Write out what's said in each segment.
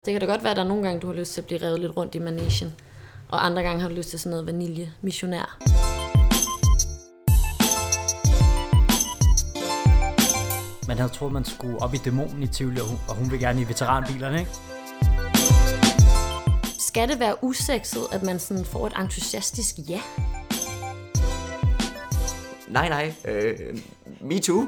Det kan da godt være, at der er nogle gange, du har lyst til at blive revet lidt rundt i managen, og andre gange har du lyst til sådan noget vanilje-missionær. Man havde troet, man skulle op i dæmonen i Tivoli, og hun vil gerne i veteranbilerne, ikke? Skal det være usekset, at man sådan får et entusiastisk ja? Nej. Me too.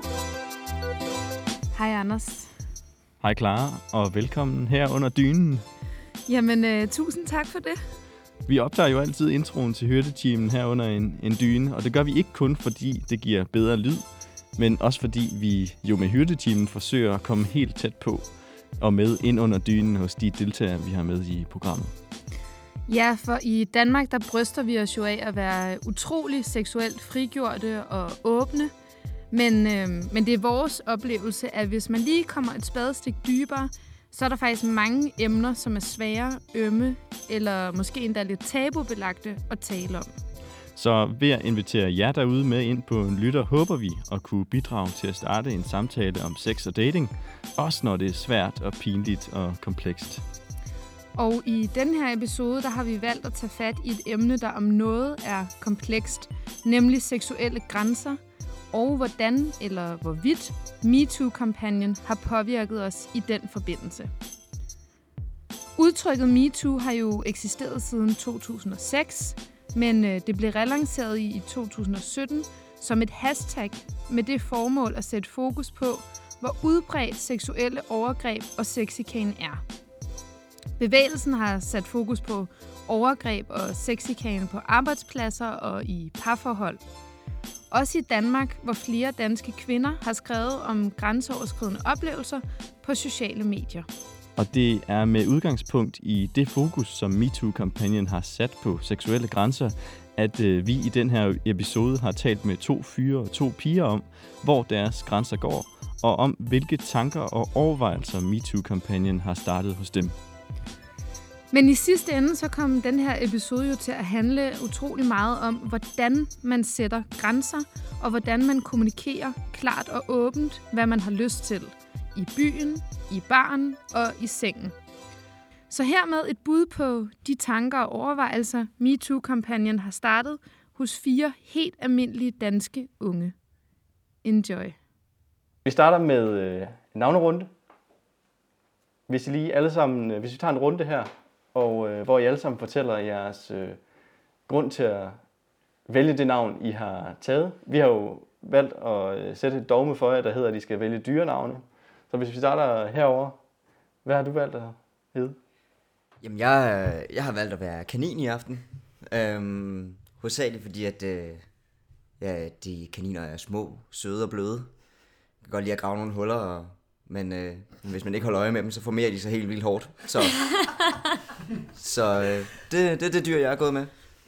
Hej Anders. Hej Clara, og velkommen her under dynen. Jamen, tusind tak for det. Vi optager jo altid introen til hyrdetimen her under en dyne, og det gør vi ikke kun fordi det giver bedre lyd, men også fordi vi jo med hyrdetimen forsøger at komme helt tæt på og med ind under dynen hos de deltagere, vi har med i programmet. Ja, for i Danmark, der bryster vi os jo af at være utrolig seksuelt frigjorte og åbne. Men det er vores oplevelse, at hvis man lige kommer et spadestik dybere, så er der faktisk mange emner, som er svære, ømme eller måske endda lidt tabubelagte at tale om. Så ved at invitere jer derude med ind på en lytter, håber vi at kunne bidrage til at starte en samtale om sex og dating, også når det er svært og pinligt og komplekst. Og i den her episode, der har vi valgt at tage fat i et emne, der om noget er komplekst, nemlig seksuelle grænser, og hvordan eller hvorvidt MeToo-kampagnen har påvirket os i den forbindelse. Udtrykket MeToo har jo eksisteret siden 2006, men det blev relanceret i 2017 som et hashtag med det formål at sætte fokus på, hvor udbredt seksuelle overgreb og sexchikane er. Bevægelsen har sat fokus på overgreb og sexchikane på arbejdspladser og i parforhold. Også i Danmark, hvor flere danske kvinder har skrevet om grænseoverskridende oplevelser på sociale medier. Og det er med udgangspunkt i det fokus, som MeToo-kampagnen har sat på seksuelle grænser, at vi i den her episode har talt med 2 fyre og 2 piger om, hvor deres grænser går, og om hvilke tanker og overvejelser MeToo-kampagnen har startet hos dem. Men i sidste ende så kom den her episode jo til at handle utrolig meget om, hvordan man sætter grænser, og hvordan man kommunikerer klart og åbent, hvad man har lyst til. I byen, i baren og i sengen. Så hermed et bud på de tanker og overvejelser, MeToo-kampagnen har startet hos 4 helt almindelige danske unge. Enjoy. Vi starter med en navnerunde. Hvis vi tager en runde her, og hvor I alle sammen fortæller jeres grund til at vælge det navn, I har taget. Vi har jo valgt at sætte et dogme for jer, der hedder, at I skal vælge dyrenavne. Så hvis vi starter herover, hvad har du valgt at hedde? Jamen, jeg har valgt at være kanin i aften. Hovedsageligt fordi, at de kaniner er små, søde og bløde. Jeg kan godt lide at grave nogle huller, men hvis man ikke holder øje med dem, så formerer de sig helt vildt hårdt. Så det er det dyr, jeg er gået med.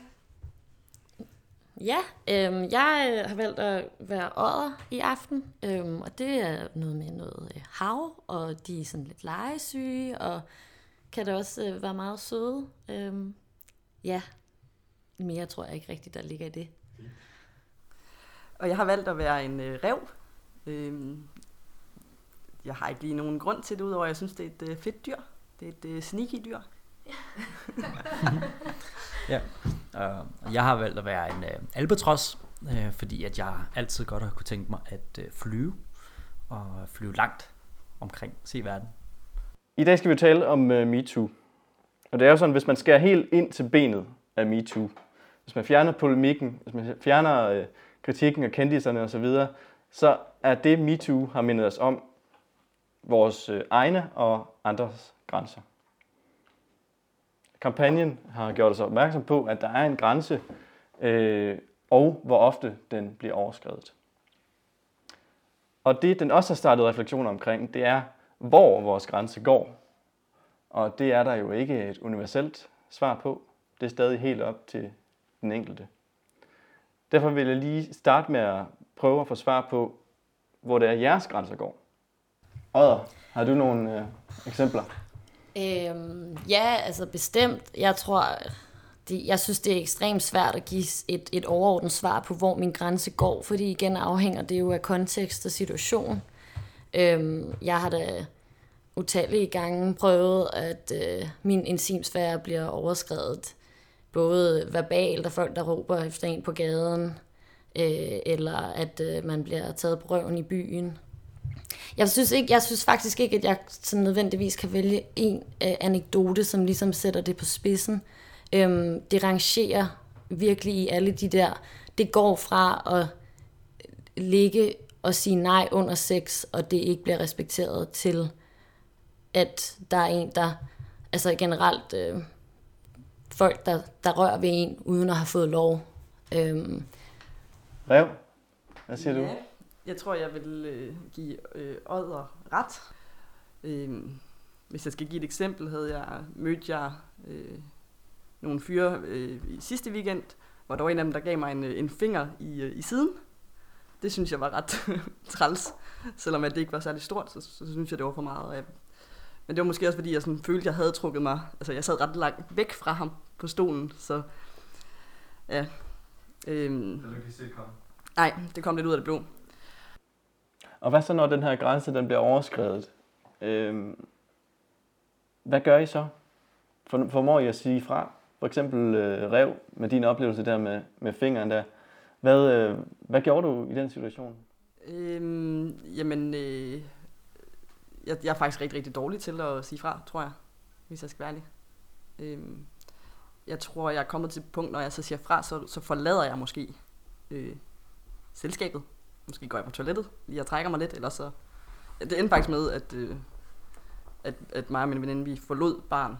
Ja, jeg har valgt at være odder i aften, og det er noget med noget hav, og de er sådan lidt legesyge, og kan da også være meget søde. Ja, mere tror jeg ikke rigtigt, der ligger i det. Og jeg har valgt at være en ræv. Jeg har ikke lige nogen grund til det, udover at jeg synes, det er et fedt dyr. Det er et sneaky dyr. Ja, jeg har valgt at være en albatros, fordi at jeg altid godt har kunne tænke mig at flyve, og flyve langt omkring, se verden. I dag skal vi tale om MeToo. Og det er jo sådan, hvis man skærer helt ind til benet af MeToo, hvis man fjerner polemikken, hvis man fjerner kritikken og kendiserne osv., så er det MeToo har mindet os om vores egne og andres grænser. Kampagnen har gjort os opmærksom på, at der er en grænse, og hvor ofte den bliver overskredet. Og det, den også har startet refleksioner omkring, det er, hvor vores grænse går. Og det er der jo ikke et universelt svar på. Det er stadig helt op til den enkelte. Derfor vil jeg lige starte med at prøve at få svar på, hvor det er jeres grænser går. Odder, har du nogle eksempler? Ja, altså bestemt. Jeg synes, det er ekstremt svært at give et overordnet svar på, hvor min grænse går, fordi igen afhænger det jo af kontekst og situation. Jeg har da utallige gange prøvet, at min intimsfære bliver overskredet. Både verbalt af folk, der råber efter en på gaden, eller at man bliver taget på røven i byen. Jeg synes faktisk ikke, at jeg sådan nødvendigvis kan vælge en anekdote, som ligesom sætter det på spidsen. Det rangerer virkelig i alle de der. Det går fra at ligge og sige nej under sex, og det ikke bliver respekteret, til at der er en, der altså generelt folk, der rører ved en, uden at have fået lov. Rev, hvad siger du? Ja, jeg tror, jeg vil give Odder ret. Hvis jeg skal give et eksempel, mødte jeg nogle fyre i sidste weekend, hvor der var en af dem, der gav mig en finger i siden. Det synes jeg var ret træls, selvom at det ikke var særlig stort, så synes jeg, det var for meget. Men det var måske også, fordi jeg sådan følte, jeg havde trukket mig. Altså, jeg sad ret langt væk fra ham på stolen, så ja. Så du kan se det komme? Nej, det kom lidt ud af det blå. Og hvad så, når den her grænse den bliver overskredet? Hvad gør I så? Formår I at sige fra? For eksempel Rev, med din oplevelse der med fingeren der. Hvad gjorde du i den situation? Jeg er faktisk rigtig, rigtig dårlig til at sige fra, tror jeg, hvis jeg skal være ærlig. Jeg tror, jeg er kommet til et punkt, når jeg så siger fra, så forlader jeg måske selskabet. Måske går jeg på toilettet, lige jeg trækker mig lidt, eller så. Det endte faktisk med, at mig og min veninde, vi forlod baren.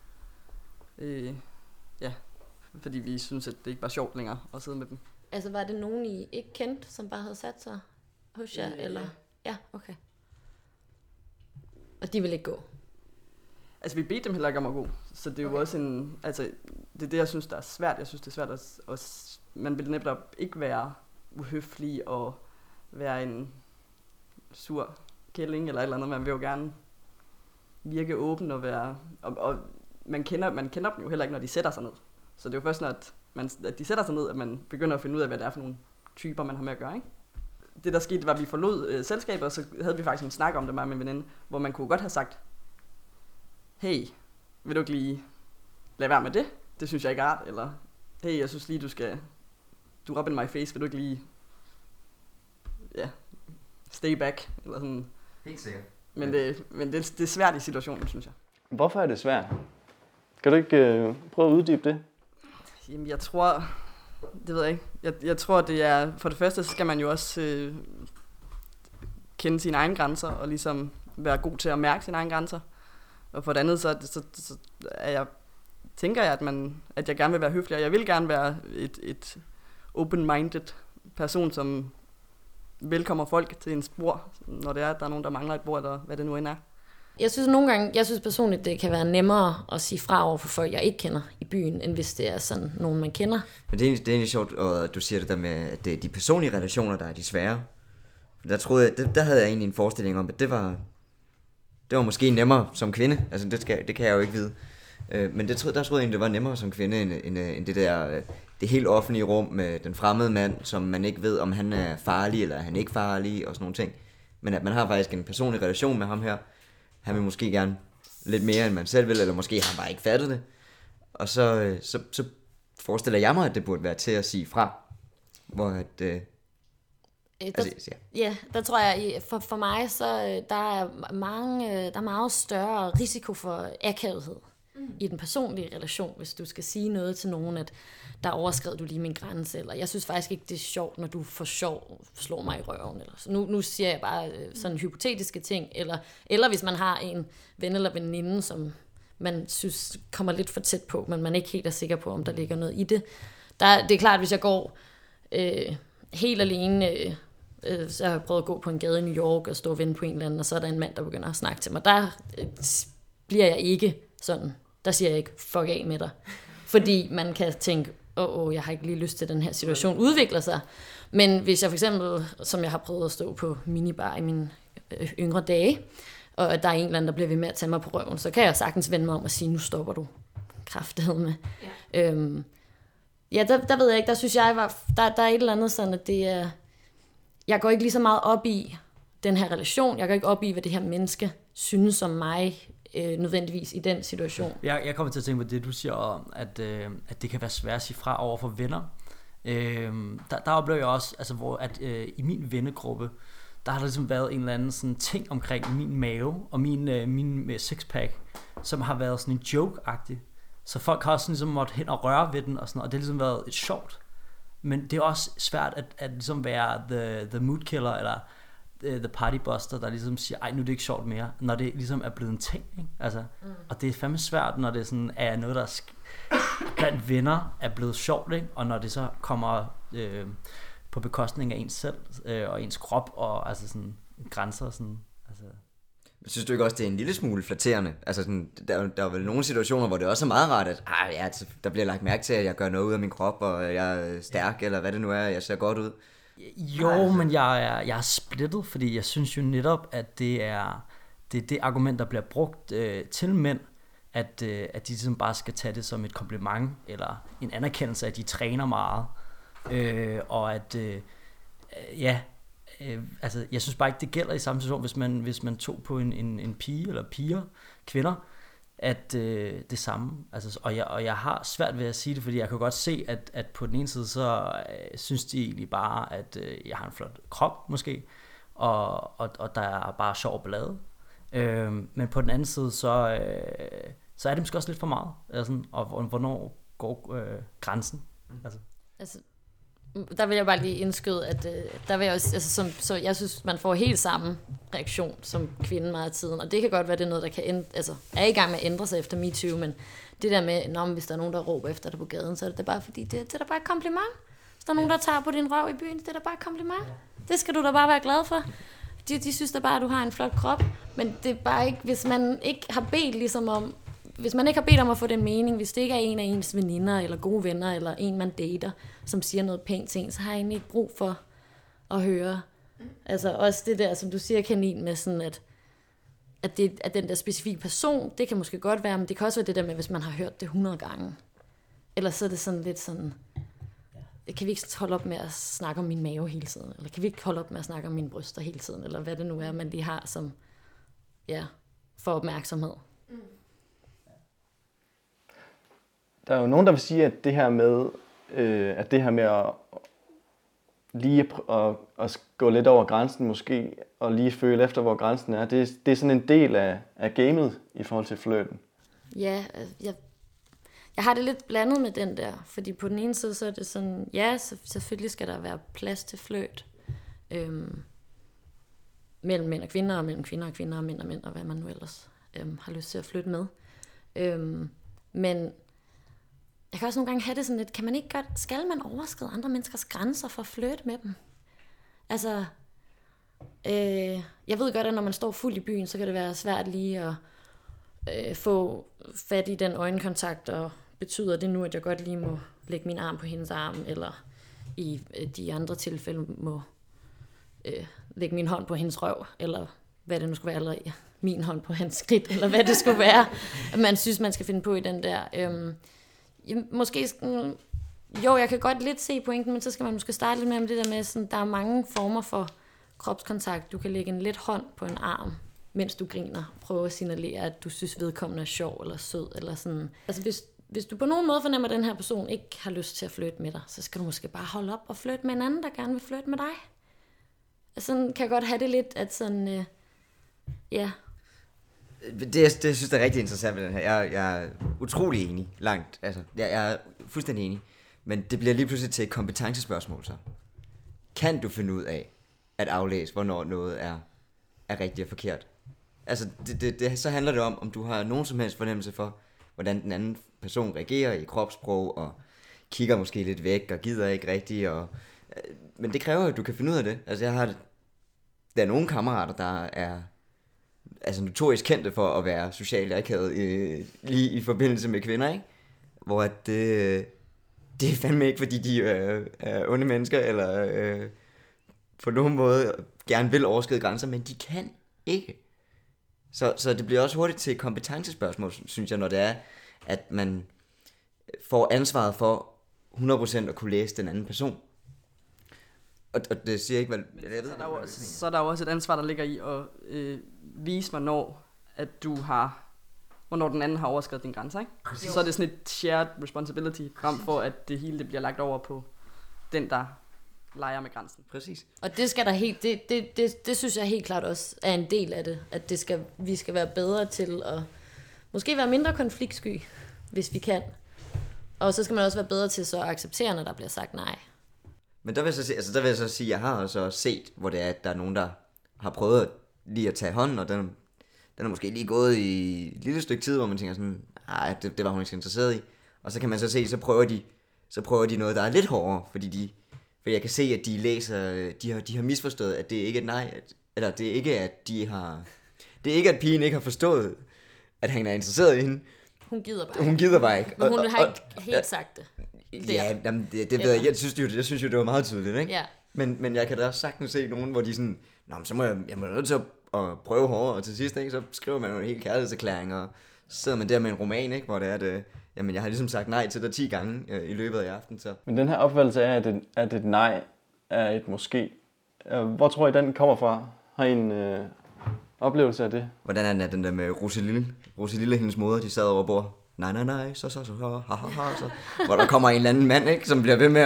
Fordi vi synes, at det ikke var sjovt længere at sidde med dem. Altså, var det nogen, I ikke kendte, som bare havde sat sig hos jer? Eller? Ja, okay. Og de ville ikke gå? Altså, vi bedte dem heller ikke om at gå. Så det er jo også en. Altså, det er det, jeg synes, der er svært. Jeg synes, det er svært at man vil netop ikke være uhøflig og være en sur kælling eller et eller andet. Man vil jo gerne virke åben og være. Og man kender dem jo heller ikke, når de sætter sig ned. Så det er jo først, når at de sætter sig ned, at man begynder at finde ud af, hvad det er for nogle typer, man har med at gøre, ikke? Det, der skete, var, at vi forlod selskabet, og så havde vi faktisk en snak om det med min veninde, hvor man kunne godt have sagt, hey, vil du ikke lige lade være med det? Det synes jeg ikke er rart. Eller, hey, jeg synes lige, du rub in my face, vil du ikke lige, stay back? Eller sådan. Helt sikkert. Men det er svært i situationen, synes jeg. Hvorfor er det svært? Kan du ikke prøve at uddybe det? Jamen, jeg tror, det ved jeg ikke. Jeg tror, det er, for det første, så skal man jo også kende sine egne grænser, og ligesom være god til at mærke sine egne grænser. Og for det andet, så tænker jeg, at jeg gerne vil være høflig, og jeg vil gerne være et open-minded person, som velkommer folk til en bord, når det er, at der er nogen, der mangler et bord, eller hvad det nu end er. Jeg synes personligt, det kan være nemmere at sige fra over for folk, jeg ikke kender i byen, end hvis det er sådan nogen, man kender. Men det er egentlig sjovt, at du siger det der med, at det er de personlige relationer, der er de svære. Der havde jeg egentlig en forestilling om, at det var måske nemmere som kvinde. Altså det kan jeg jo ikke vide. Men der troede jeg egentlig, det var nemmere som kvinde, end det der det helt offentlige rum med den fremmede mand, som man ikke ved, om han er farlig eller han ikke farlig og sådan nogle ting. Men at man har faktisk en personlig relation med ham her. Han vil måske gerne lidt mere, end man selv vil, eller måske har han bare ikke fattet det. Og så forestiller jeg mig, at det burde være til at sige fra. Hvor at... Der tror jeg, for mig, så der er meget større risiko for akavethed i den personlige relation, hvis du skal sige noget til nogen, at der overskred du lige min grænse, eller jeg synes faktisk ikke, det er sjovt, når du for sjov slår mig i røven. Eller. Så nu siger jeg bare sådan hypotetiske ting, eller hvis man har en ven eller veninde, som man synes kommer lidt for tæt på, men man ikke helt er sikker på, om der ligger noget i det. Det er klart, hvis jeg går helt alene, så har jeg prøvet at gå på en gade i New York og stå og vente på en eller anden, og så er der en mand, der begynder at snakke til mig. Der bliver jeg ikke sådan. Der siger jeg ikke, fuck af med dig. Fordi man kan tænke, jeg har ikke lige lyst til, at den her situation udvikler sig. Men hvis jeg for eksempel, som jeg har prøvet at stå på minibar i mine yngre dage, og der er en eller anden, der bliver ved med at tage mig på røven, så kan jeg sagtens vende mig om og sige, nu stopper du kraftedeme. Ja. Der ved jeg ikke, der synes jeg, der er et eller andet sådan, at det er, jeg går ikke lige så meget op i den her relation, jeg går ikke op i, hvad det her menneske synes som mig nødvendigvis i den situation. Jeg kommer til at tænke på det, du siger om, at det kan være svært at sige fra over for venner. Der oplever jeg også, altså, hvor at, i min vennegruppe, der har der ligesom været en eller anden sådan ting omkring min mave og min sixpack, som har været sådan en joke-agtig. Så folk har også ligesom måttet hen og røre ved den og sådan, og det har ligesom været et sjovt. Men det er også svært at ligesom være the mood killer eller the party buster, der ligesom siger, ej, nu er det ikke sjovt mere, når det ligesom er blevet en ting, ikke? Altså, og det er fandme svært, når det sådan er noget, der blandt venner er blevet sjovt, ikke? Og når det så kommer på bekostning af ens selv og ens krop og altså sådan grænser sådan, altså. Synes du ikke også, det er en lille smule flatterende? Altså sådan, der er vel nogle situationer, hvor det også er meget rart, at der bliver lagt mærke til, at jeg gør noget ud af min krop, og jeg er stærk, eller hvad det nu er, jeg ser godt ud. Jo, men jeg er splittet, fordi jeg synes jo netop, at det er det argument, der bliver brugt til mænd, at de ligesom bare skal tage det som et kompliment, eller en anerkendelse, at de træner meget, og at altså, jeg synes bare ikke, det gælder i samme situation, hvis man tog på en pige, eller piger, kvinder, at det samme, altså, og jeg har svært ved at sige det, fordi jeg kan godt se, at på den ene side, så synes de egentlig bare, at jeg har en flot krop, måske, og der er bare sjov ballade, men på den anden side, så er det måske også lidt for meget, altså, og hvornår går grænsen, altså der vil jeg bare lige indskyde, at der vil jeg også, altså så jeg synes, man får helt samme reaktion som kvinde meget af tiden, og det kan godt være, det er noget, der kan er i gang med at ændre sig efter MeToo, men det der med, hvis der er nogen, der råber efter dig på gaden, så er det bare fordi, det er da bare et kompliment. Hvis der er nogen, der tager på din røv i byen, det er da bare et kompliment. Det skal du da bare være glad for. De synes da bare, at du har en flot krop, men det er bare ikke, hvis man ikke har bedt ligesom om, hvis man ikke har bedt om at få den mening, hvis det ikke er en af ens veninder, eller gode venner, eller en, man dater, som siger noget pænt til en, så har jeg egentlig ikke brug for at høre. Altså også det der, som du siger, kanin, med sådan, at den der specifikke person, det kan måske godt være, men det kan også være det der med, hvis man har hørt det 100 gange. Eller så er det sådan lidt sådan, kan vi ikke holde op med at snakke om min mave hele tiden? Eller kan vi ikke holde op med at snakke om mine bryster hele tiden? Eller hvad det nu er, man lige har som, for opmærksomhed. Der er jo nogen, der vil sige, at det her med at lige at gå lidt over grænsen måske, og lige føle efter, hvor grænsen er, det er sådan en del af gamet i forhold til flirten. Ja, jeg har det lidt blandet med den der, fordi på den ene side, så er det sådan, selvfølgelig skal der være plads til flirt, mellem mænd og kvinder, og mellem kvinder og kvinder, og mænd og mænd, og hvad man nu ellers har lyst til at flytte med. Men jeg kan også nogle gange have det sådan lidt, kan man ikke godt, skal man overskride andre menneskers grænser for at flirte med dem? Altså, jeg ved godt, at når man står fuld i byen, så kan det være svært lige at få fat i den øjenkontakt, og betyder det nu, at jeg godt lige må lægge min arm på hendes arm, eller i de andre tilfælde må lægge min hånd på hendes røv, eller hvad det nu skulle være, eller min hånd på hans skridt, eller hvad det skulle være, man synes, man skal finde på i den der. Måske jeg kan godt lidt se pointen, men så skal man måske starte lidt med det der med, sådan, der er mange former for kropskontakt. Du kan lægge en let hånd på en arm, mens du griner, prøve at signalere, at du synes, vedkommende er sjov eller sød, eller sådan. Altså hvis du på nogen måde fornemmer, at den her person ikke har lyst til at flirte med dig, så skal du måske bare holde op og flirte med en anden, der gerne vil flirte med dig. Sådan kan jeg godt have det lidt, at sådan, Det synes jeg er rigtig interessant med den her. Jeg er utrolig enig langt. Altså, jeg er fuldstændig enig. Men det bliver lige pludselig til et kompetencespørgsmål så. Kan du finde ud af at aflæse, hvornår noget er rigtigt og forkert? Altså, så handler det om du har nogen som helst fornemmelse for, hvordan den anden person reagerer i kropssprog, og kigger måske lidt væk, og gider ikke rigtigt. Men det kræver at du kan finde ud af det. Altså, der er nogle kammerater, der er notorisk kendte for at være socialt akavet lige i forbindelse med kvinder, ikke? Hvor det er fandme ikke, fordi de er onde mennesker, eller på nogen måde gerne vil overskride grænser, men de kan ikke. Så det bliver også hurtigt til et kompetencespørgsmål, synes jeg, når det er, at man får ansvaret for 100% at kunne læse den anden person. Og det siger ikke, hvad... Så er der jo også et ansvar, der ligger i at vise, hvornår at du har, hvornår den anden har overskredet dine grænser, ikke? Så er det sådan et shared responsibility, frem for at det hele det bliver lagt over på den, der leger med grænsen. Præcis. Og det skal der helt, det synes jeg helt klart også er en del af det, at vi skal være bedre til at måske være mindre konfliktsky, hvis vi kan. Og så skal man også være bedre til så at acceptere, når der bliver sagt nej. Men der vil jeg så sige, jeg har også set, hvor det er, at der er nogen, der har prøvet lige at tage hånden, og den er måske lige gået i et lille stykke tid, hvor man tænker sådan, nej, det var hun ikke så interesseret i. Og så kan man så se, så prøver de noget, der er lidt hårdere, for jeg kan se, at de læser, de har misforstået, at det ikke er et nej, eller det er ikke, at det er ikke, at pigen ikke har forstået, at han er interesseret i hende. Hun gider bare ikke. Men hun har ikke helt sagt det. Ja, jamen, det ved jeg. Jeg synes jo, det var meget tydeligt, ikke? Ja. Men jeg kan da også sagtens se nogen, hvor de sådan, nå, men så må jeg må nødt til at prøve hårdere, og til sidst, ikke, så skriver man jo en hel kærlighedserklæring, og så sidder man der med en roman, ikke, hvor det er, at jamen, jeg har ligesom sagt nej til dig 10 gange i løbet af aften. Så. Men den her opfattelse af, at et nej er et måske, hvor tror I, den kommer fra? Har I en oplevelse af det? Hvordan er den der med Roselille og hendes moder, de sad over bord? Nej, så, så. Hvor der kommer en eller anden mand, ikke, som bliver ved med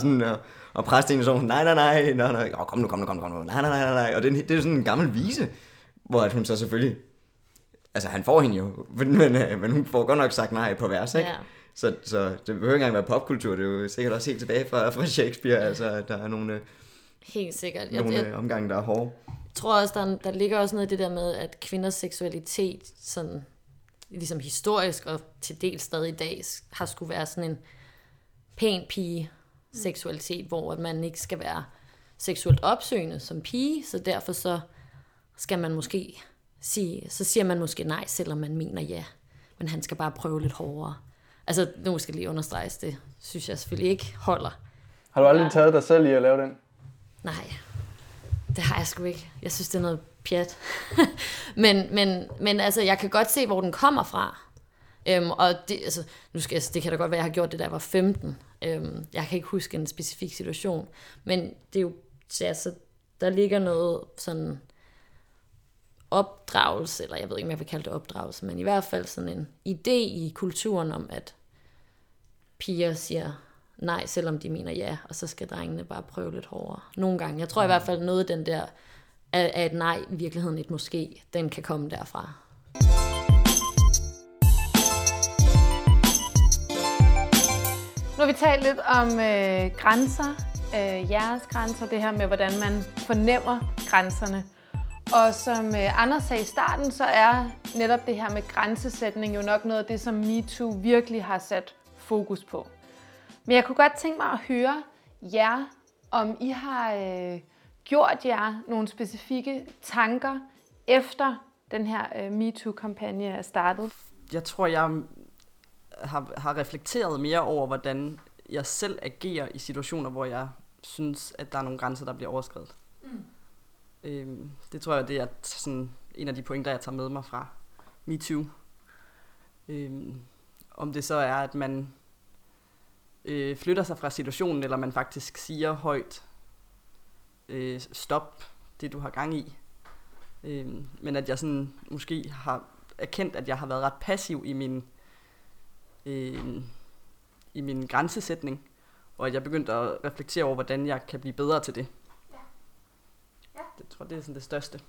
at presse en sådan, nej. Kom nu, nej. Og det er sådan en gammel vise, hvor at hun så selvfølgelig, altså han får hende jo, men hun får godt nok sagt nej på vers, ikke? Ja. Så det behøver ikke engang være popkultur, det er jo sikkert også helt tilbage fra Shakespeare, altså der er nogle, helt sikkert. nogle omgange, der er hårde. Jeg tror også, der ligger også noget i det der med, at kvinders seksualitet, sådan ligesom historisk og til dels stadig i dag, har skulle være sådan en pæn pige seksualitet, hvor man ikke skal være seksuelt opsøgende som pige, så derfor så skal man måske siger man måske nej, selvom man mener ja, men han skal bare prøve lidt hårdere. Altså, nu skal lige understreges, det synes jeg selvfølgelig ikke holder. Har du aldrig taget dig selv i at lave den? Nej, det har jeg sgu ikke. Jeg synes, det er noget pjat. men altså, jeg kan godt se, hvor den kommer fra. Og det, altså, det kan da godt være, at jeg har gjort det, da jeg var 15. Jeg kan ikke huske en specifik situation. Men det er jo, altså, der ligger noget sådan opdragelse, eller jeg ved ikke, om jeg vil kalde det opdragelse, men i hvert fald sådan en idé i kulturen om, at piger siger nej, selvom de mener ja, og så skal drengene bare prøve lidt hårdere. Nogle gange. Jeg tror i hvert fald noget den der, at et nej i virkeligheden et måske, den kan komme derfra. Nu har vi talt lidt om grænser, jeres grænser, det her med, hvordan man fornemmer grænserne. Og som Anders sagde i starten, så er netop det her med grænsesætning jo nok noget af det, som MeToo virkelig har sat fokus på. Men jeg kunne godt tænke mig at høre jer, om I har gjort jer nogle specifikke tanker, efter den her MeToo-kampagne er startet. Jeg tror, jeg har reflekteret mere over, hvordan jeg selv agerer i situationer, hvor jeg synes, at der er nogle grænser, der bliver overskredet. Det tror jeg, det er sådan en af de pointer, jeg tager med mig fra MeToo. Om det så er, at man flytter sig fra situationen, eller man faktisk siger højt, stop det, du har gang i. Men at jeg sådan måske har erkendt, at jeg har været ret passiv i min grænsesætning, og at jeg begyndte at reflektere over, hvordan jeg kan blive bedre til det. Det tror jeg, det er sådan det største.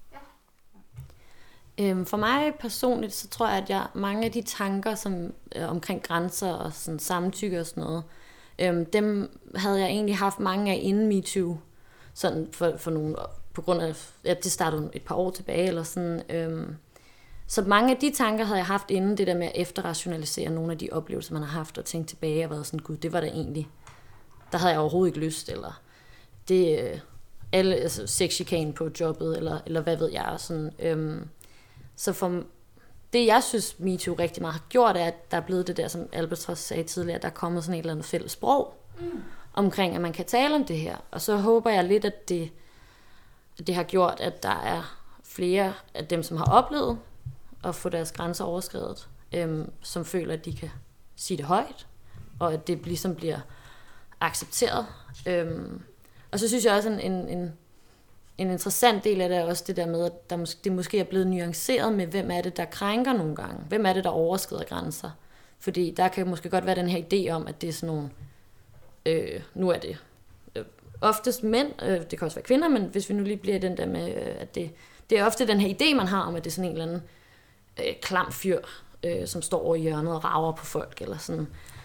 For mig personligt, så tror jeg, at mange af de tanker som omkring grænser og sådan samtykke og sådan noget, dem havde jeg egentlig haft mange af inden MeToo. Sådan for nogle, på grund af, at det startede et par år tilbage eller sådan. Så mange af de tanker havde jeg haft inden, det der med at efterrationalisere nogle af de oplevelser, man har haft, og tænke tilbage og været sådan, gud, det var det egentlig. Der havde jeg overhovedet ikke lyst, eller det altså sexchikane på jobbet, eller hvad ved jeg. Sådan, så for det, jeg synes, MeToo rigtig meget har gjort, er, at der er blevet det der, som Albatros sagde tidligere, at der er kommet sådan et eller andet fælles sprog omkring, at man kan tale om det her. Og så håber jeg lidt, at det har gjort, at der er flere af dem, som har oplevet at få deres grænser overskredet, som føler, at de kan sige det højt, og at det ligesom bliver accepteret. Og så synes jeg også, en interessant del af det er også det der med, at det måske er blevet nuanceret med, hvem er det, der krænker nogle gange. Hvem er det, der overskrider grænser. Fordi der kan måske godt være den her idé om, at det er sådan nogle... nu er det oftest mænd, det kan også være kvinder, men hvis vi nu lige bliver den der med, at det er ofte den her idé, man har om, at det er sådan en eller anden klam fyr, som står over i hjørnet og rager på folk, eller sådan.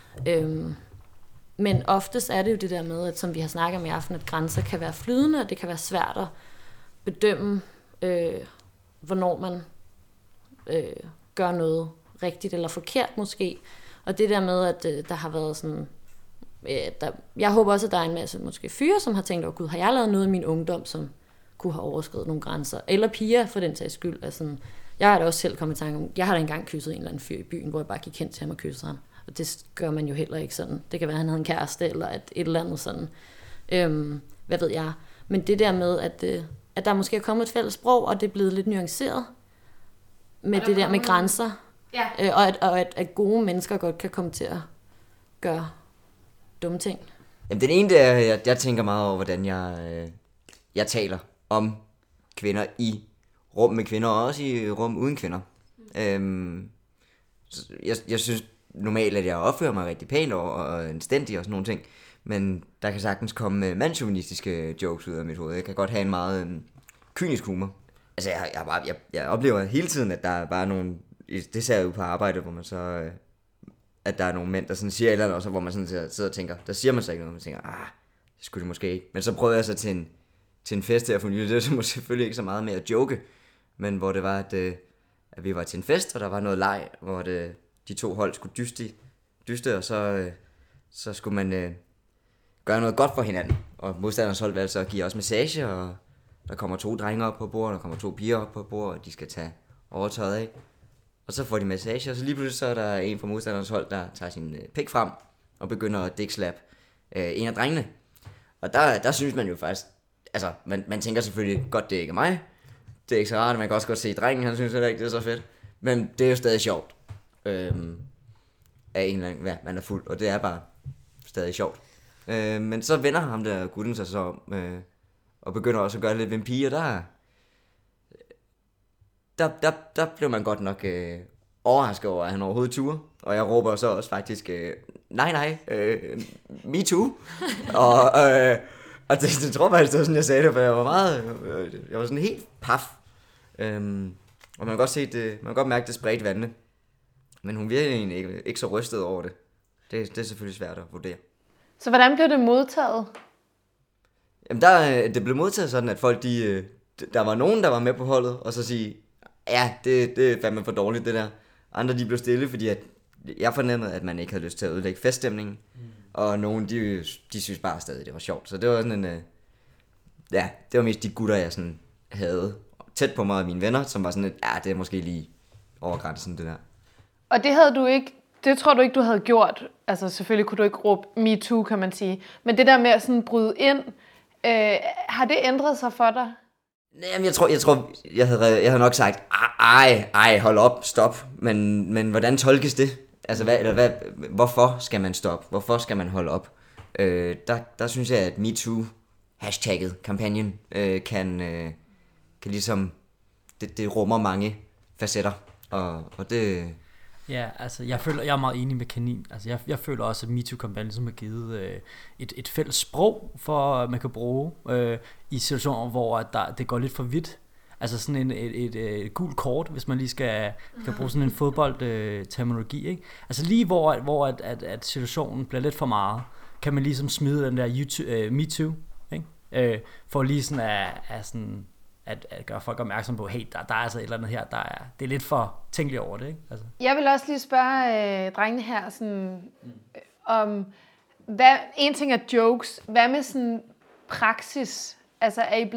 Men oftest er det jo det der med, at som vi har snakket om i aften, at grænser kan være flydende, og det kan være svært at bedømme, hvornår man gør noget rigtigt eller forkert måske. Og det der med, at der har været sådan... jeg håber også, at der er en masse måske fyre, som har tænkt, gud, har jeg lavet noget i min ungdom, som kunne have overskredet nogle grænser? Eller piger, for den sags skyld. Altså, jeg har da også selv kommet i tanke om, jeg har da engang kysset en eller anden fyr i byen, hvor jeg bare gik hen til ham og kyssede ham. Og det gør man jo heller ikke sådan. Det kan være, at han havde en kæreste, eller et eller andet sådan. Hvad ved jeg. Men det der med, at der måske er kommet et fælles sprog, og det er blevet lidt nuanceret med det der med grænser. Ja. Og at gode mennesker godt kan komme til at gøre dumme ting. Jamen den ene, det er, jeg tænker meget over, hvordan jeg taler om kvinder i rum med kvinder, og også i rum uden kvinder. Jeg synes normalt, at jeg opfører mig rigtig pænt og anstændig og sådan nogle ting, men der kan sagtens komme mandschauvinistiske jokes ud af mit hoved. Jeg kan godt have en meget kynisk humor. Altså jeg oplever hele tiden, at der er bare nogle, det ser jeg jo på arbejde, hvor man så... at der er nogle mænd, der sådan siger et eller andet, også, hvor man sådan sidder og tænker, der siger man så ikke noget, man tænker, det skulle det måske ikke. Men så prøvede jeg så til en fest her for nylig, det var selvfølgelig ikke så meget med at joke, men hvor det var, at vi var til en fest, og der var noget leg, hvor de to hold skulle dyste, og så skulle man gøre noget godt for hinanden. Og modstanderens hold vil altså give os massage, og der kommer 2 drenge op på bordet, der kommer 2 piger op på bordet, og de skal tage overtøjet af. Og så får de massage, og så lige pludselig så er der en fra modstanderens hold, der tager sin pik frem og begynder at dick-slap en af drengene. Og der synes man jo faktisk, altså man tænker selvfølgelig, godt det er ikke mig. Det er ikke så rart, man kan også godt se drengen, han synes heller ikke, det er så fedt. Men det er jo stadig sjovt. Af en eller anden, man er fuld, og det er bare stadig sjovt. Men så vender ham der gutten sig så om, og begynder også at gøre lidt ved en pige, og der blev man godt nok overrasket over, at han overhovedet turde. Og jeg råber så også faktisk, nej, me too. og det tror faktisk, det var sådan, jeg sagde det, for jeg var meget, jeg var sådan helt paf. Og man kan godt se det, man kan godt mærke, det spredte vandene. Men hun virkede egentlig ikke så rystet over det. Det er selvfølgelig svært at vurdere. Så hvordan blev det modtaget? Jamen det blev modtaget sådan, at folk der var nogen, der var med på holdet, og så sige, ja, det er fandme for dårligt det der. Andre de blev stille, fordi at jeg fornemmede, at man ikke havde lyst til at ødelægge feststemningen. Og nogen, de synes bare stadig, det var sjovt. Så det var sådan en, det var mest de gutter, jeg sådan havde tæt på mig af mine venner, som var sådan et, det er måske lige over grænsen, det der. Og det havde du ikke, det tror du ikke, du havde gjort. Altså selvfølgelig kunne du ikke råbe me too, kan man sige. Men det der med at sådan bryde ind, har det ændret sig for dig? Jamen, jeg havde nok sagt, ej, hold op, stop. Men hvordan tolkes det? Altså, hvorfor skal man stoppe? Hvorfor skal man holde op? Der synes jeg, at MeToo, hashtagget, kampagnen, kan ligesom, det rummer mange facetter, og det... Ja, altså jeg er meget enig med Kanin. Altså jeg føler også, at MeToo-kampagnen ligesom har givet et fælles sprog, for at man kan bruge i situationer, hvor det går lidt for vidt. Altså sådan et gult kort, hvis man lige skal bruge sådan en fodboldterminologi, ikke? Altså lige hvor at situationen bliver lidt for meget, kan man ligesom smide den der MeToo, ikke? For lige sådan at gøre folk opmærksom på, hey, der er altså et eller andet her, det er lidt for tænkeligt over det, ikke? Altså. Jeg vil også lige spørge drengene her, sådan, om, en ting er jokes, hvad med sådan praksis? Altså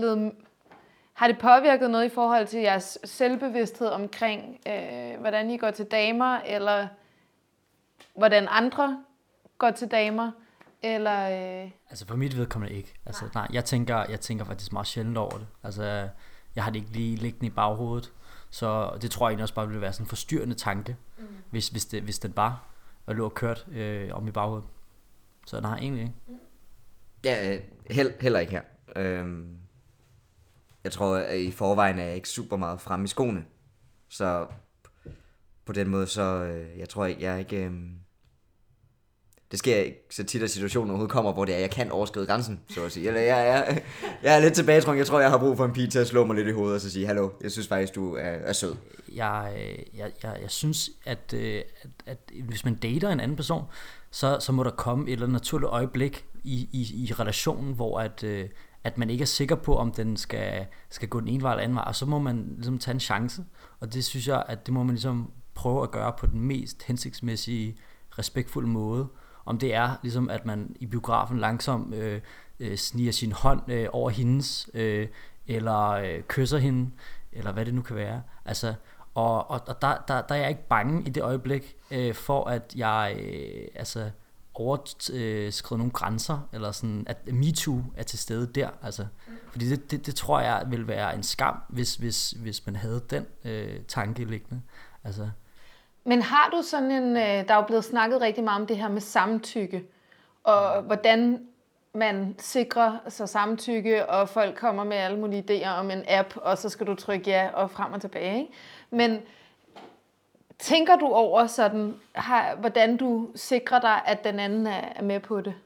har det påvirket noget i forhold til jeres selvbevidsthed omkring, hvordan I går til damer, eller hvordan andre går til damer? Eller Altså for mit vedkommende ikke. Altså nej, jeg tænker faktisk meget sjældent over det. Altså jeg har det ikke lige liggende i baghovedet. Så det tror jeg egentlig også bare ville være sådan en forstyrrende tanke, hvis den bare lå kørt om i baghovedet. Så nej, egentlig ikke. Ja, heller ikke her. jeg tror, at i forvejen er jeg ikke super meget fremme i skoene. Så på den måde, så jeg tror ikke, jeg er ikke... det sker ikke så tit, at situationen overhovedet kommer, hvor det er, jeg kan overskride grænsen, så at sige. Eller jeg er lidt tilbagetrukket. Jeg tror, jeg har brug for en pige til at slå mig lidt i hovedet og så sige, hallo, jeg synes faktisk, du er sød. Jeg synes, at hvis man dater en anden person, så må der komme et eller andet naturligt øjeblik i relationen, hvor at man ikke er sikker på, om den skal gå den ene vej eller anden vej, og så må man ligesom tage en chance, og det synes jeg, at det må man ligesom prøve at gøre på den mest hensigtsmæssige, respektfulde måde. Om det er ligesom, at man i biografen langsomt sniger sin hånd over hendes, eller kysser hende, eller hvad det nu kan være. Altså, og der er jeg ikke bange i det øjeblik, for at jeg overskrider nogle grænser, eller sådan, at MeToo er til stede der. Altså, fordi det tror jeg vil være en skam, hvis man havde den tanke liggende. Altså. Men har du sådan en, der er jo blevet snakket rigtig meget om det her med samtykke, og hvordan man sikrer sig samtykke, og folk kommer med alle mulige idéer om en app, og så skal du trykke ja og frem og tilbage, ikke? Men tænker du over sådan, hvordan du sikrer dig, at den anden er med på det?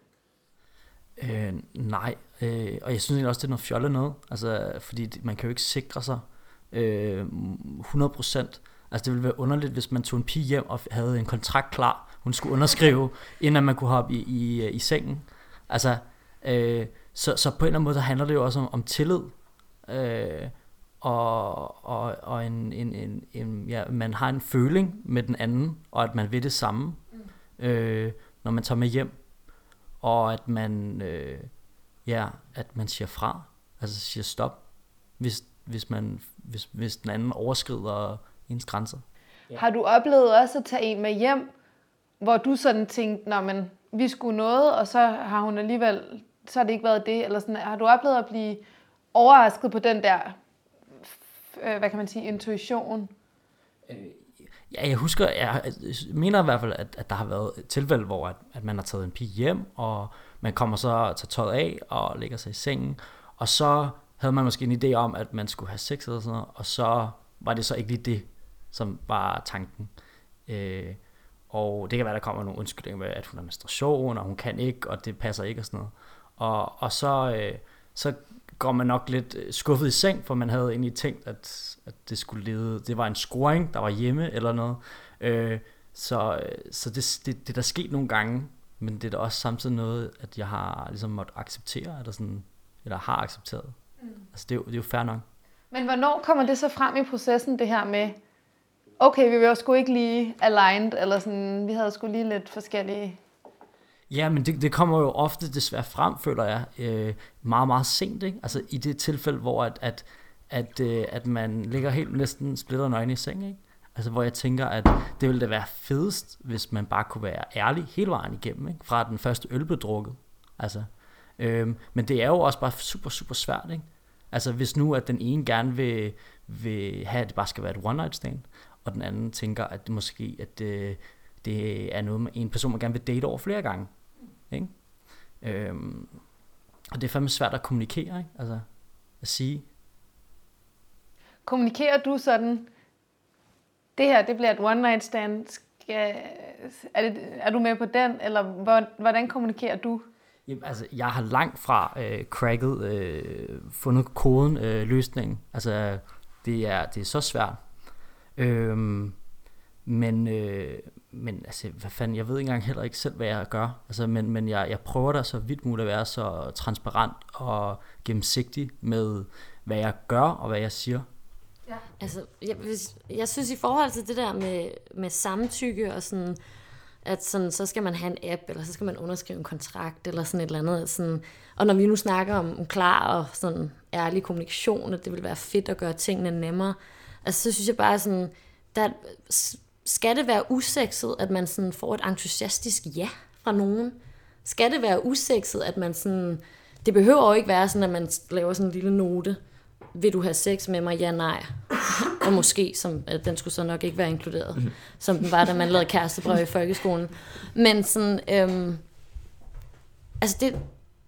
Nej, og jeg synes egentlig også, det er noget fjollet noget, altså, fordi man kan jo ikke sikre sig 100%. Altså det ville være underligt, hvis man tog en pige hjem og havde en kontrakt klar, hun skulle underskrive, inden man kunne hoppe i sengen. Altså, så på en eller anden måde, der handler det jo også om tillid, og man har en føling med den anden, og at man vil det samme, når man tager med hjem, og at man, at man siger fra, altså siger stop, hvis den anden overskrider ens grænser. Ja. Har du oplevet også at tage en med hjem, hvor du sådan tænkte, når man vi skulle noget, og så har hun alligevel, så har det ikke været det, eller sådan, har du oplevet at blive overrasket på den der, hvad kan man sige, intuition? Ja, jeg husker, jeg mener i hvert fald, at der har været et tilfælde, hvor at man har taget en pige hjem, og man kommer så og tager tøjet af, og lægger sig i sengen, og så havde man måske en idé om, at man skulle have sex eller sådan noget, og så var det så ikke lige det, som var tanken. Og det kan være, der kommer nogle undskyldninger med, at hun har menstruation, og hun kan ikke, og det passer ikke og sådan noget. Og så går man nok lidt skuffet i seng, for man havde egentlig tænkt, at det skulle lede, det var en scoring, der var hjemme eller noget. Så det er der sket nogle gange, men det er da også samtidig noget, at jeg har ligesom måttet acceptere, eller har accepteret. Altså det er jo fair nok. Men hvornår kommer det så frem i processen, det her med, okay, vi var sgu ikke lige aligned, eller sådan, vi havde sgu lige lidt forskellige... Ja, men det kommer jo ofte desværre frem, føler jeg, meget, meget sent, ikke? Altså i det tilfælde, hvor at man ligger helt næsten splitter nøgne i seng, ikke? Altså hvor jeg tænker, at det ville da være fedest, hvis man bare kunne være ærlig hele vejen igennem, ikke? Fra den første øl blev drukket. Altså, men det er jo også bare super, super svært, ikke? Altså hvis nu, at den ene gerne vil have, at det bare skal være et one night stand, og den anden tænker, at det måske, at det er noget med en person, man gerne vil date over flere gange, ikke? Og det er fandme svært at kommunikere, ikke? Altså at sige. Kommunikerer du sådan, det her, det bliver et one night stand, er du med på den, eller hvordan kommunikerer du? Jamen, altså, jeg har langt fra cracket, fundet koden, løsningen. Altså, det er så svært. Men altså, hvad fanden, jeg ved ikke engang heller ikke selv, hvad jeg gør. Altså, men jeg prøver da så vidt muligt at være så transparent og gennemsigtig med, hvad jeg gør og hvad jeg siger. Ja. Altså, jeg synes i forhold til det der med samtykke og sådan, at sådan, så skal man have en app, eller så skal man underskrive en kontrakt, eller sådan et eller andet. Sådan. Og når vi nu snakker om klar og sådan ærlig kommunikation, at det vil være fedt at gøre tingene nemmere, altså så synes jeg bare sådan, skal det være usekset, at man sådan får et entusiastisk ja fra nogen? Skal det være usekset, at man sådan, det behøver jo ikke være sådan, at man laver sådan en lille note, vil du have sex med mig? Ja, nej. Og måske, den skulle så nok ikke være inkluderet, som den var, da man lavede kærestebrev i folkeskolen. Men sådan, altså det,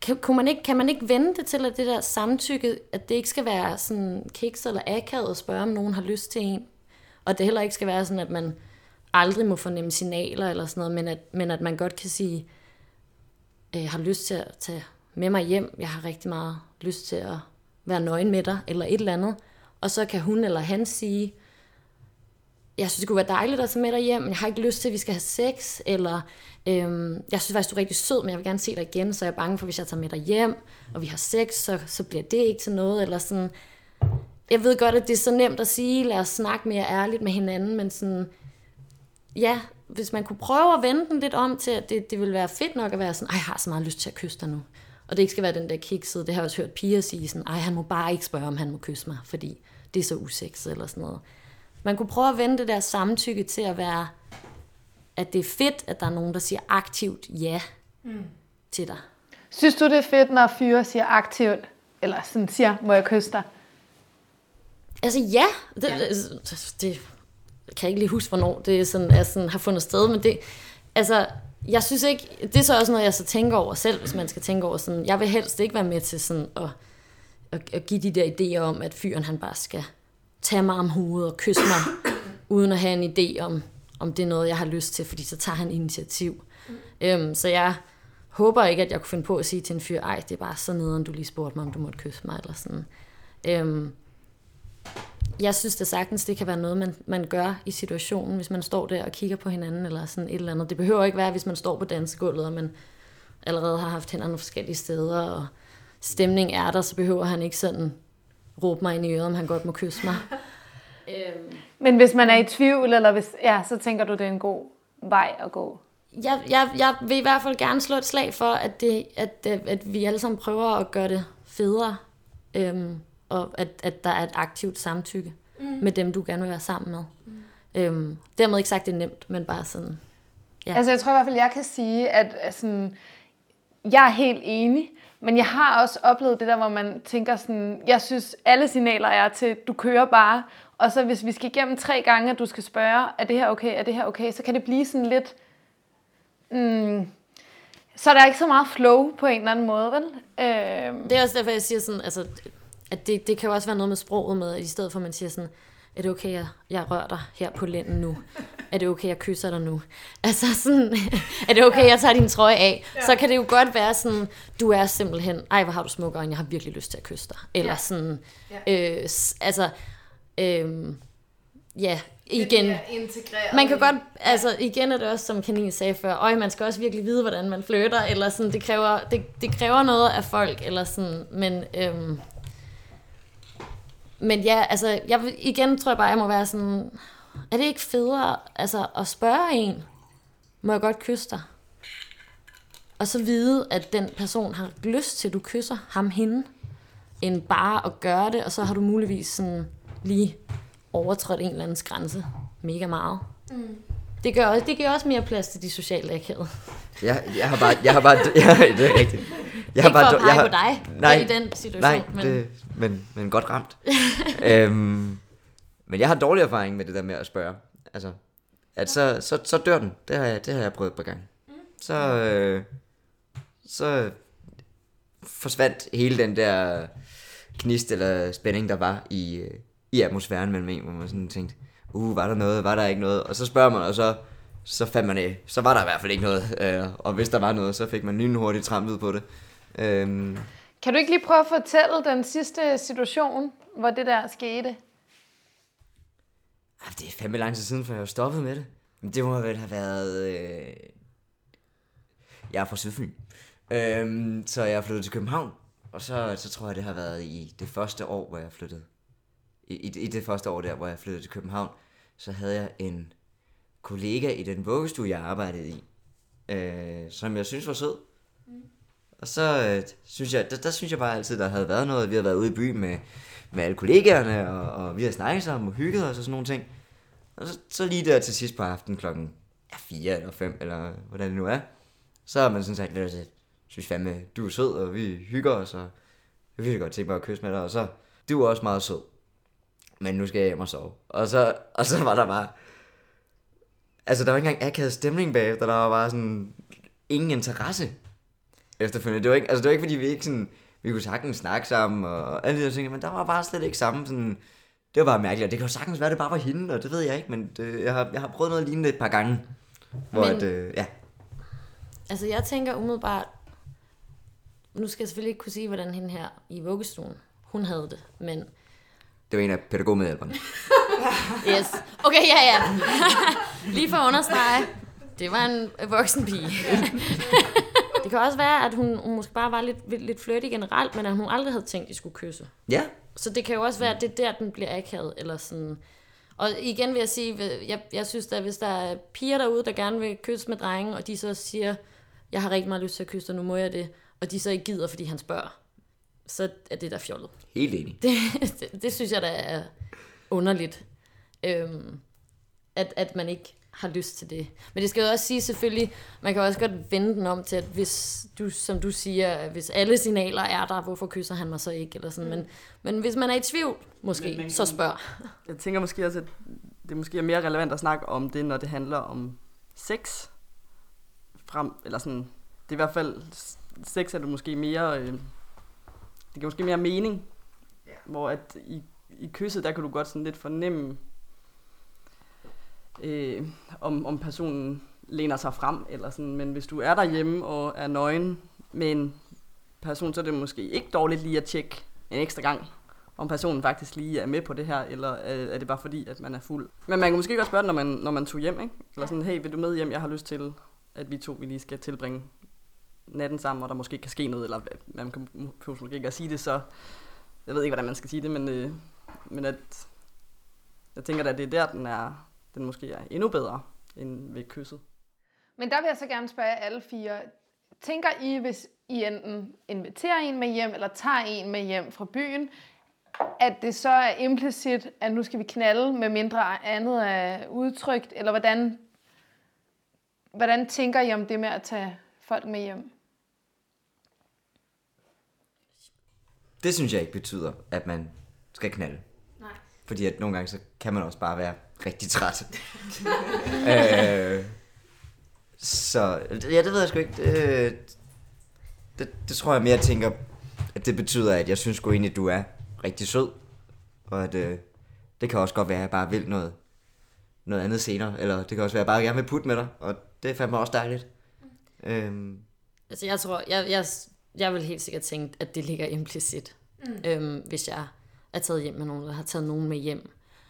kan man ikke vende det til, at det der samtykke, at det ikke skal være sådan kiks eller akavet at spørge, om nogen har lyst til en, og det heller ikke skal være sådan, at man aldrig må fornemme signaler eller sådan noget, men at man godt kan sige, jeg har lyst til at tage med mig hjem, jeg har rigtig meget lyst til at være nøgen med dig, eller et eller andet, og så kan hun eller han sige, jeg synes, det kunne være dejligt at tage med dig hjem, men jeg har ikke lyst til, at vi skal have sex, eller jeg synes faktisk, du er rigtig sød, men jeg vil gerne se dig igen, så jeg er bange for, hvis jeg tager med dig hjem, og vi har sex, så bliver det ikke til noget, eller sådan. Jeg ved godt, at det er så nemt at sige, lad os snakke mere ærligt med hinanden, men sådan, ja, hvis man kunne prøve at vende den lidt om til, at det ville være fedt nok at være sådan, ej, jeg har så meget lyst til at kysse dig nu. Og det ikke skal være den der kiksede, det har jeg også hørt piger sige sådan, ej, han må bare ikke spørge, om han må kysse mig, fordi det er så usexet eller sådan noget. Man kunne prøve at vende det der samtykke til at være, at det er fedt, at der er nogen, der siger aktivt ja til dig. Synes du, det er fedt, når fyre siger aktivt, eller sådan siger, må jeg kysse dig? Altså ja, det kan jeg ikke lige huske, hvornår det sådan har fundet sted, men det, altså, jeg synes ikke, det er så også noget, jeg så tænker over selv, hvis man skal tænke over sådan, jeg vil helst ikke være med til sådan at give de der idéer om, at fyren han bare skal tage mig om hovedet og kysse mig, uden at have en idé om det er noget, jeg har lyst til, fordi så tager han initiativ. Så jeg håber ikke, at jeg kunne finde på at sige til en fyr, ej, det er bare så nederen, du lige spurgte mig, om du måtte kysse mig, eller sådan. Jeg synes det sagtens, det kan være noget, man gør i situationen, hvis man står der og kigger på hinanden, eller sådan et eller andet. Det behøver ikke være, hvis man står på dansegulvet, og man allerede har haft hænderne forskellige steder, og stemning er der, så behøver han ikke sådan råbe mig ind i øret, om han godt må kysse mig. Men hvis man er i tvivl, eller hvis, ja, så tænker du, det er en god vej at gå? Jeg vil i hvert fald gerne slå et slag for, at vi alle sammen prøver at gøre det federe, og at der er et aktivt samtykke med dem, du gerne vil være sammen med. Dermed ikke sagt, det er nemt, men bare sådan. Ja. Altså jeg tror i hvert fald, jeg kan sige, at sådan, jeg er helt enig, men jeg har også oplevet det der, hvor man tænker sådan, jeg synes, alle signaler er til, du kører bare, og så hvis vi skal igennem 3 gange, at du skal spørge, er det her okay, er det her okay, så kan det blive sådan lidt, så er der ikke så meget flow på en eller anden måde, vel? Det er også derfor, jeg siger sådan, altså, at det kan jo også være noget med sproget med, at i stedet for, at man siger sådan, er det okay, jeg rører dig her på lænden nu? Er det okay, jeg kysser dig nu? Altså sådan, er det okay, jeg tager din trøje af? Ja. Så kan det jo godt være sådan, du er simpelthen, ej, hvor har du smukke øjne, jeg har virkelig lyst til at kysse dig. Eller sådan, ja, igen. Man kan godt, altså igen er det også, som Kanin sagde før, man skal også virkelig vide, hvordan man flytter, eller sådan, det kræver noget af folk, eller sådan, men ja, altså, igen tror jeg bare, jeg må være sådan, er det ikke federe altså, at spørge en, må jeg godt kysse dig? Og så vide, at den person har lyst til, at du kysser ham hende, end bare at gøre det, og så har du muligvis sådan lige overtrådt en eller andens grænse mega meget. Det giver også mere plads til de sociale akavede. Jeg har bare, det er rigtigt. Jeg har bare, ikke for dig nej, i den situation. Men godt ramt. Men jeg har dårlig erfaring med det der med at spørge. Altså, at så dør den. Det har jeg prøvet et par gange. Så forsvandt hele den der gnist eller spænding, der var i atmosfæren mellem en, hvor man sådan tænkte, var der noget, var der ikke noget? Og så spørger man, og så fandt man af, så var der i hvert fald ikke noget. Og hvis der var noget, så fik man lynhurtigt trampet på det. Kan du ikke lige prøve at fortælle den sidste situation, hvor det der skete? Det er fandme lang tid siden, før jeg stoppede med det. Det må vel have været... Jeg er fra Sydfyn. Så jeg flyttede til København. Og så tror jeg, det har været i det første år, hvor jeg flyttede. I det første år der, hvor jeg flyttede til København, så havde jeg en kollega i den vuggestue, jeg arbejdede i, som jeg synes var sød. Og så synes jeg bare altid, der havde været noget. Vi havde været ude i byen med alle kollegaerne, og vi havde snakket sammen og hygget os og sådan nogle ting. Og så lige der til sidst på aftenen klokken 4 eller 5, eller hvordan det nu er, så har man sådan sagt, jeg synes fandme, du er sød, og vi hygger os, og jeg vil godt tænke mig at kysse med dig, og så, du er også meget sød. Men nu skal jeg hjem og sove. Og så var der bare... Altså, der var ikke engang akavet stemning bagefter. Der var bare sådan... Ingen interesse. efterfølgende. Det var ikke fordi vi ikke sådan, vi kunne sagtens snakke sammen og alle de der ting, men der var bare slet ikke sammen sådan. Det var bare mærkeligt, og det kan jo sagtens være, det bare var hende, og det ved jeg ikke, men jeg har prøvet noget lignende et par gange, hvor ja. Altså jeg tænker umiddelbart, nu skal jeg selvfølgelig ikke kunne sige, hvordan hende her i vuggestuen, hun havde det, men... Det var en af pædagogmedhjælperne. Yes. Okay, ja. Lige for at understrege, det var en voksen pige. Det kan også være, at hun måske bare var lidt flirty generelt, men at hun aldrig havde tænkt, at de skulle kysse. Ja. Så det kan jo også være, at det er der, den bliver akavet, eller sådan... Og igen vil jeg sige, jeg synes, at hvis der er piger derude, der gerne vil kysse med drenge, og de så siger, jeg har rigtig meget lyst til at kysse dig, nu må jeg det, og de så ikke gider, fordi han spørger, så er det der fjollet. Helt enig. Det synes jeg, der er underligt, at man ikke har lyst til det. Men det skal jo også sige selvfølgelig, man kan også godt vende den om til, at hvis du, som du siger, hvis alle signaler er der, hvorfor kysser han mig så ikke, eller sådan. Men hvis man er i tvivl, måske, så spørg. Jeg tænker måske også, at det måske er mere relevant at snakke om det, når det handler om sex. Eller sådan, det er i hvert fald, sex er det måske mere, det giver måske mere mening, hvor at i kysset, der kan du godt sådan lidt fornemme, om personen læner sig frem, eller sådan. Men hvis du er derhjemme og er nøgen med en person, så er det måske ikke dårligt lige at tjekke en ekstra gang, om personen faktisk lige er med på det her, eller er det bare fordi, at man er fuld. Men man kan måske også spørge, når man tog hjem, ikke? Eller sådan, hey, vil du med hjem? Jeg har lyst til, at vi lige skal tilbringe natten sammen, og der måske kan ske noget, eller man kan måske ikke at sige det, så jeg ved ikke, hvordan man skal sige det, men at jeg tænker, at det er der, den måske er endnu bedre end ved kysset. Men der vil jeg så gerne spørge alle fire. Tænker I, hvis I enten inviterer en med hjem, eller tager en med hjem fra byen, at det så er implicit, at nu skal vi knalde, med mindre andet er udtrykt, eller hvordan tænker I om det med at tage folk med hjem? Det synes jeg ikke betyder, at man skal knalde. Nej. Fordi at nogle gange, så kan man også bare være rigtig træt. Så ja, det ved jeg sgu ikke. Det tror jeg mere tænker, at det betyder, at jeg synes sgu egentlig, at du er rigtig sød. Og at det kan også godt være, at jeg bare vil noget andet senere. Eller det kan også være, at jeg bare gerne vil putte med dig. Og det er fandme også dejligt. Altså jeg tror, jeg vil helt sikkert tænke, at det ligger implicit. Hvis jeg er taget hjem med nogen, eller har taget nogen med hjem.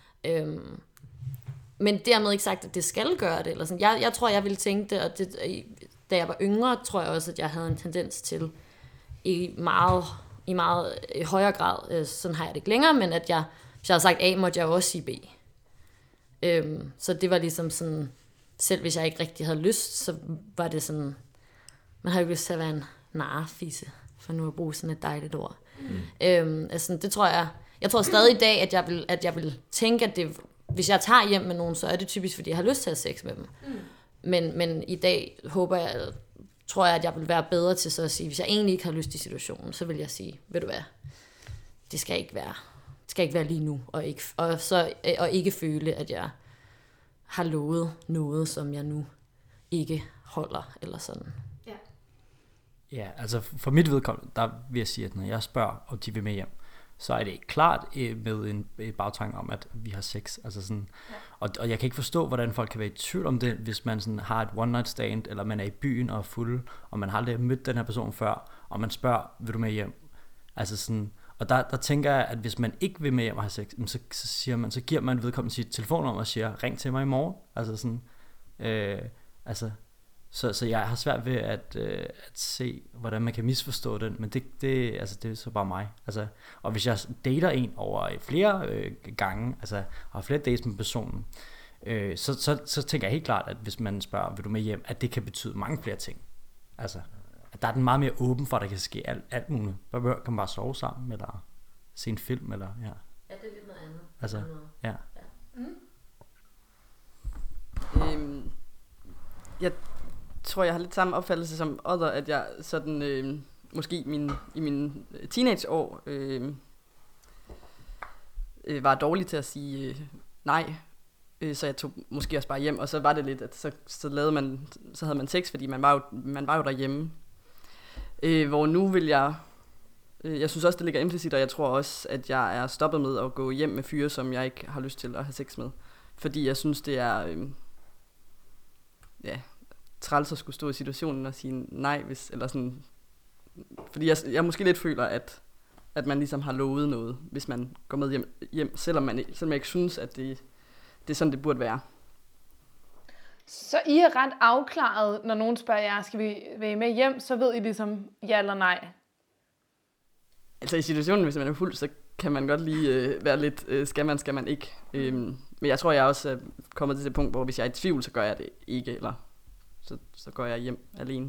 Men dermed ikke sagt, at det skal gøre det. Eller sådan. Jeg tror, jeg ville tænke det, og da jeg var yngre, tror jeg også, at jeg havde en tendens til i meget højere grad, sådan har jeg det ikke længere, men at hvis jeg havde sagt A, måtte jeg også sige B. Så det var ligesom sådan, selv hvis jeg ikke rigtig havde lyst, så var det sådan, man har jo ikke lyst til at være en narfisse, for nu at bruge sådan et dejligt ord. Altså, det tror jeg tror stadig i dag, at jeg vil tænke, at det, hvis jeg tager hjem med nogen, så er det typisk, fordi jeg har lyst til at have sex med dem. Men i dag tror jeg, at jeg vil være bedre til så at sige, hvis jeg egentlig ikke har lyst i situationen, så vil jeg sige, ved du hvad, det skal ikke være lige nu, og ikke føle, at jeg har lovet noget, som jeg nu ikke holder, eller sådan. Ja, altså for mit vedkommende, der vil jeg sige, at når jeg spørger, om de vil med hjem, så er det klart med en bagtanke om, at vi har sex. Altså sådan, og jeg kan ikke forstå, hvordan folk kan være i tvivl om det, hvis man sådan har et one night stand, eller man er i byen og er fuld, og man har aldrig mødt den her person før, og man spørger, vil du med hjem? Altså sådan, og der tænker jeg, at hvis man ikke vil med hjem og have sex, så giver man vedkommende sit telefonnummer og siger, ring til mig i morgen. Altså sådan, Så jeg har svært ved at se, hvordan man kan misforstå den, men det er så bare mig. Altså, og hvis jeg dater en over flere gange, altså har flere dates med personen, så tænker jeg helt klart, at hvis man spørger, vil du med hjem, at det kan betyde mange flere ting. Altså, at der er den meget mere åben for, at der kan ske alt muligt. Kan man bare sove sammen, eller se en film, eller ja. Ja, det er lidt noget andet. Altså, ja. Jeg tror, jeg har lidt samme opfattelse som Odder, at jeg sådan, måske i mine teenageår var dårlig til at sige nej. Så jeg tog måske også bare hjem, og så var det lidt, at så havde man sex, fordi man var jo derhjemme. Hvor nu vil jeg synes også, det ligger implicit, og jeg tror også, at jeg er stoppet med at gå hjem med fyre, som jeg ikke har lyst til at have sex med. Fordi jeg synes, det er træls at skulle stå i situationen og sige nej, eller sådan. Fordi jeg måske lidt føler, at man ligesom har lovet noget, hvis man går med hjem selvom jeg ikke synes, at det er sådan, det burde være. Så I er ret afklaret, når nogen spørger jer, skal vi være med hjem, så ved I ligesom ja eller nej? Altså i situationen, hvis man er fuld, så kan man godt lige være lidt, skal man ikke. Men jeg tror, jeg også er kommet til det punkt, hvor hvis jeg er i tvivl, så gør jeg det ikke, eller så går jeg hjem alene.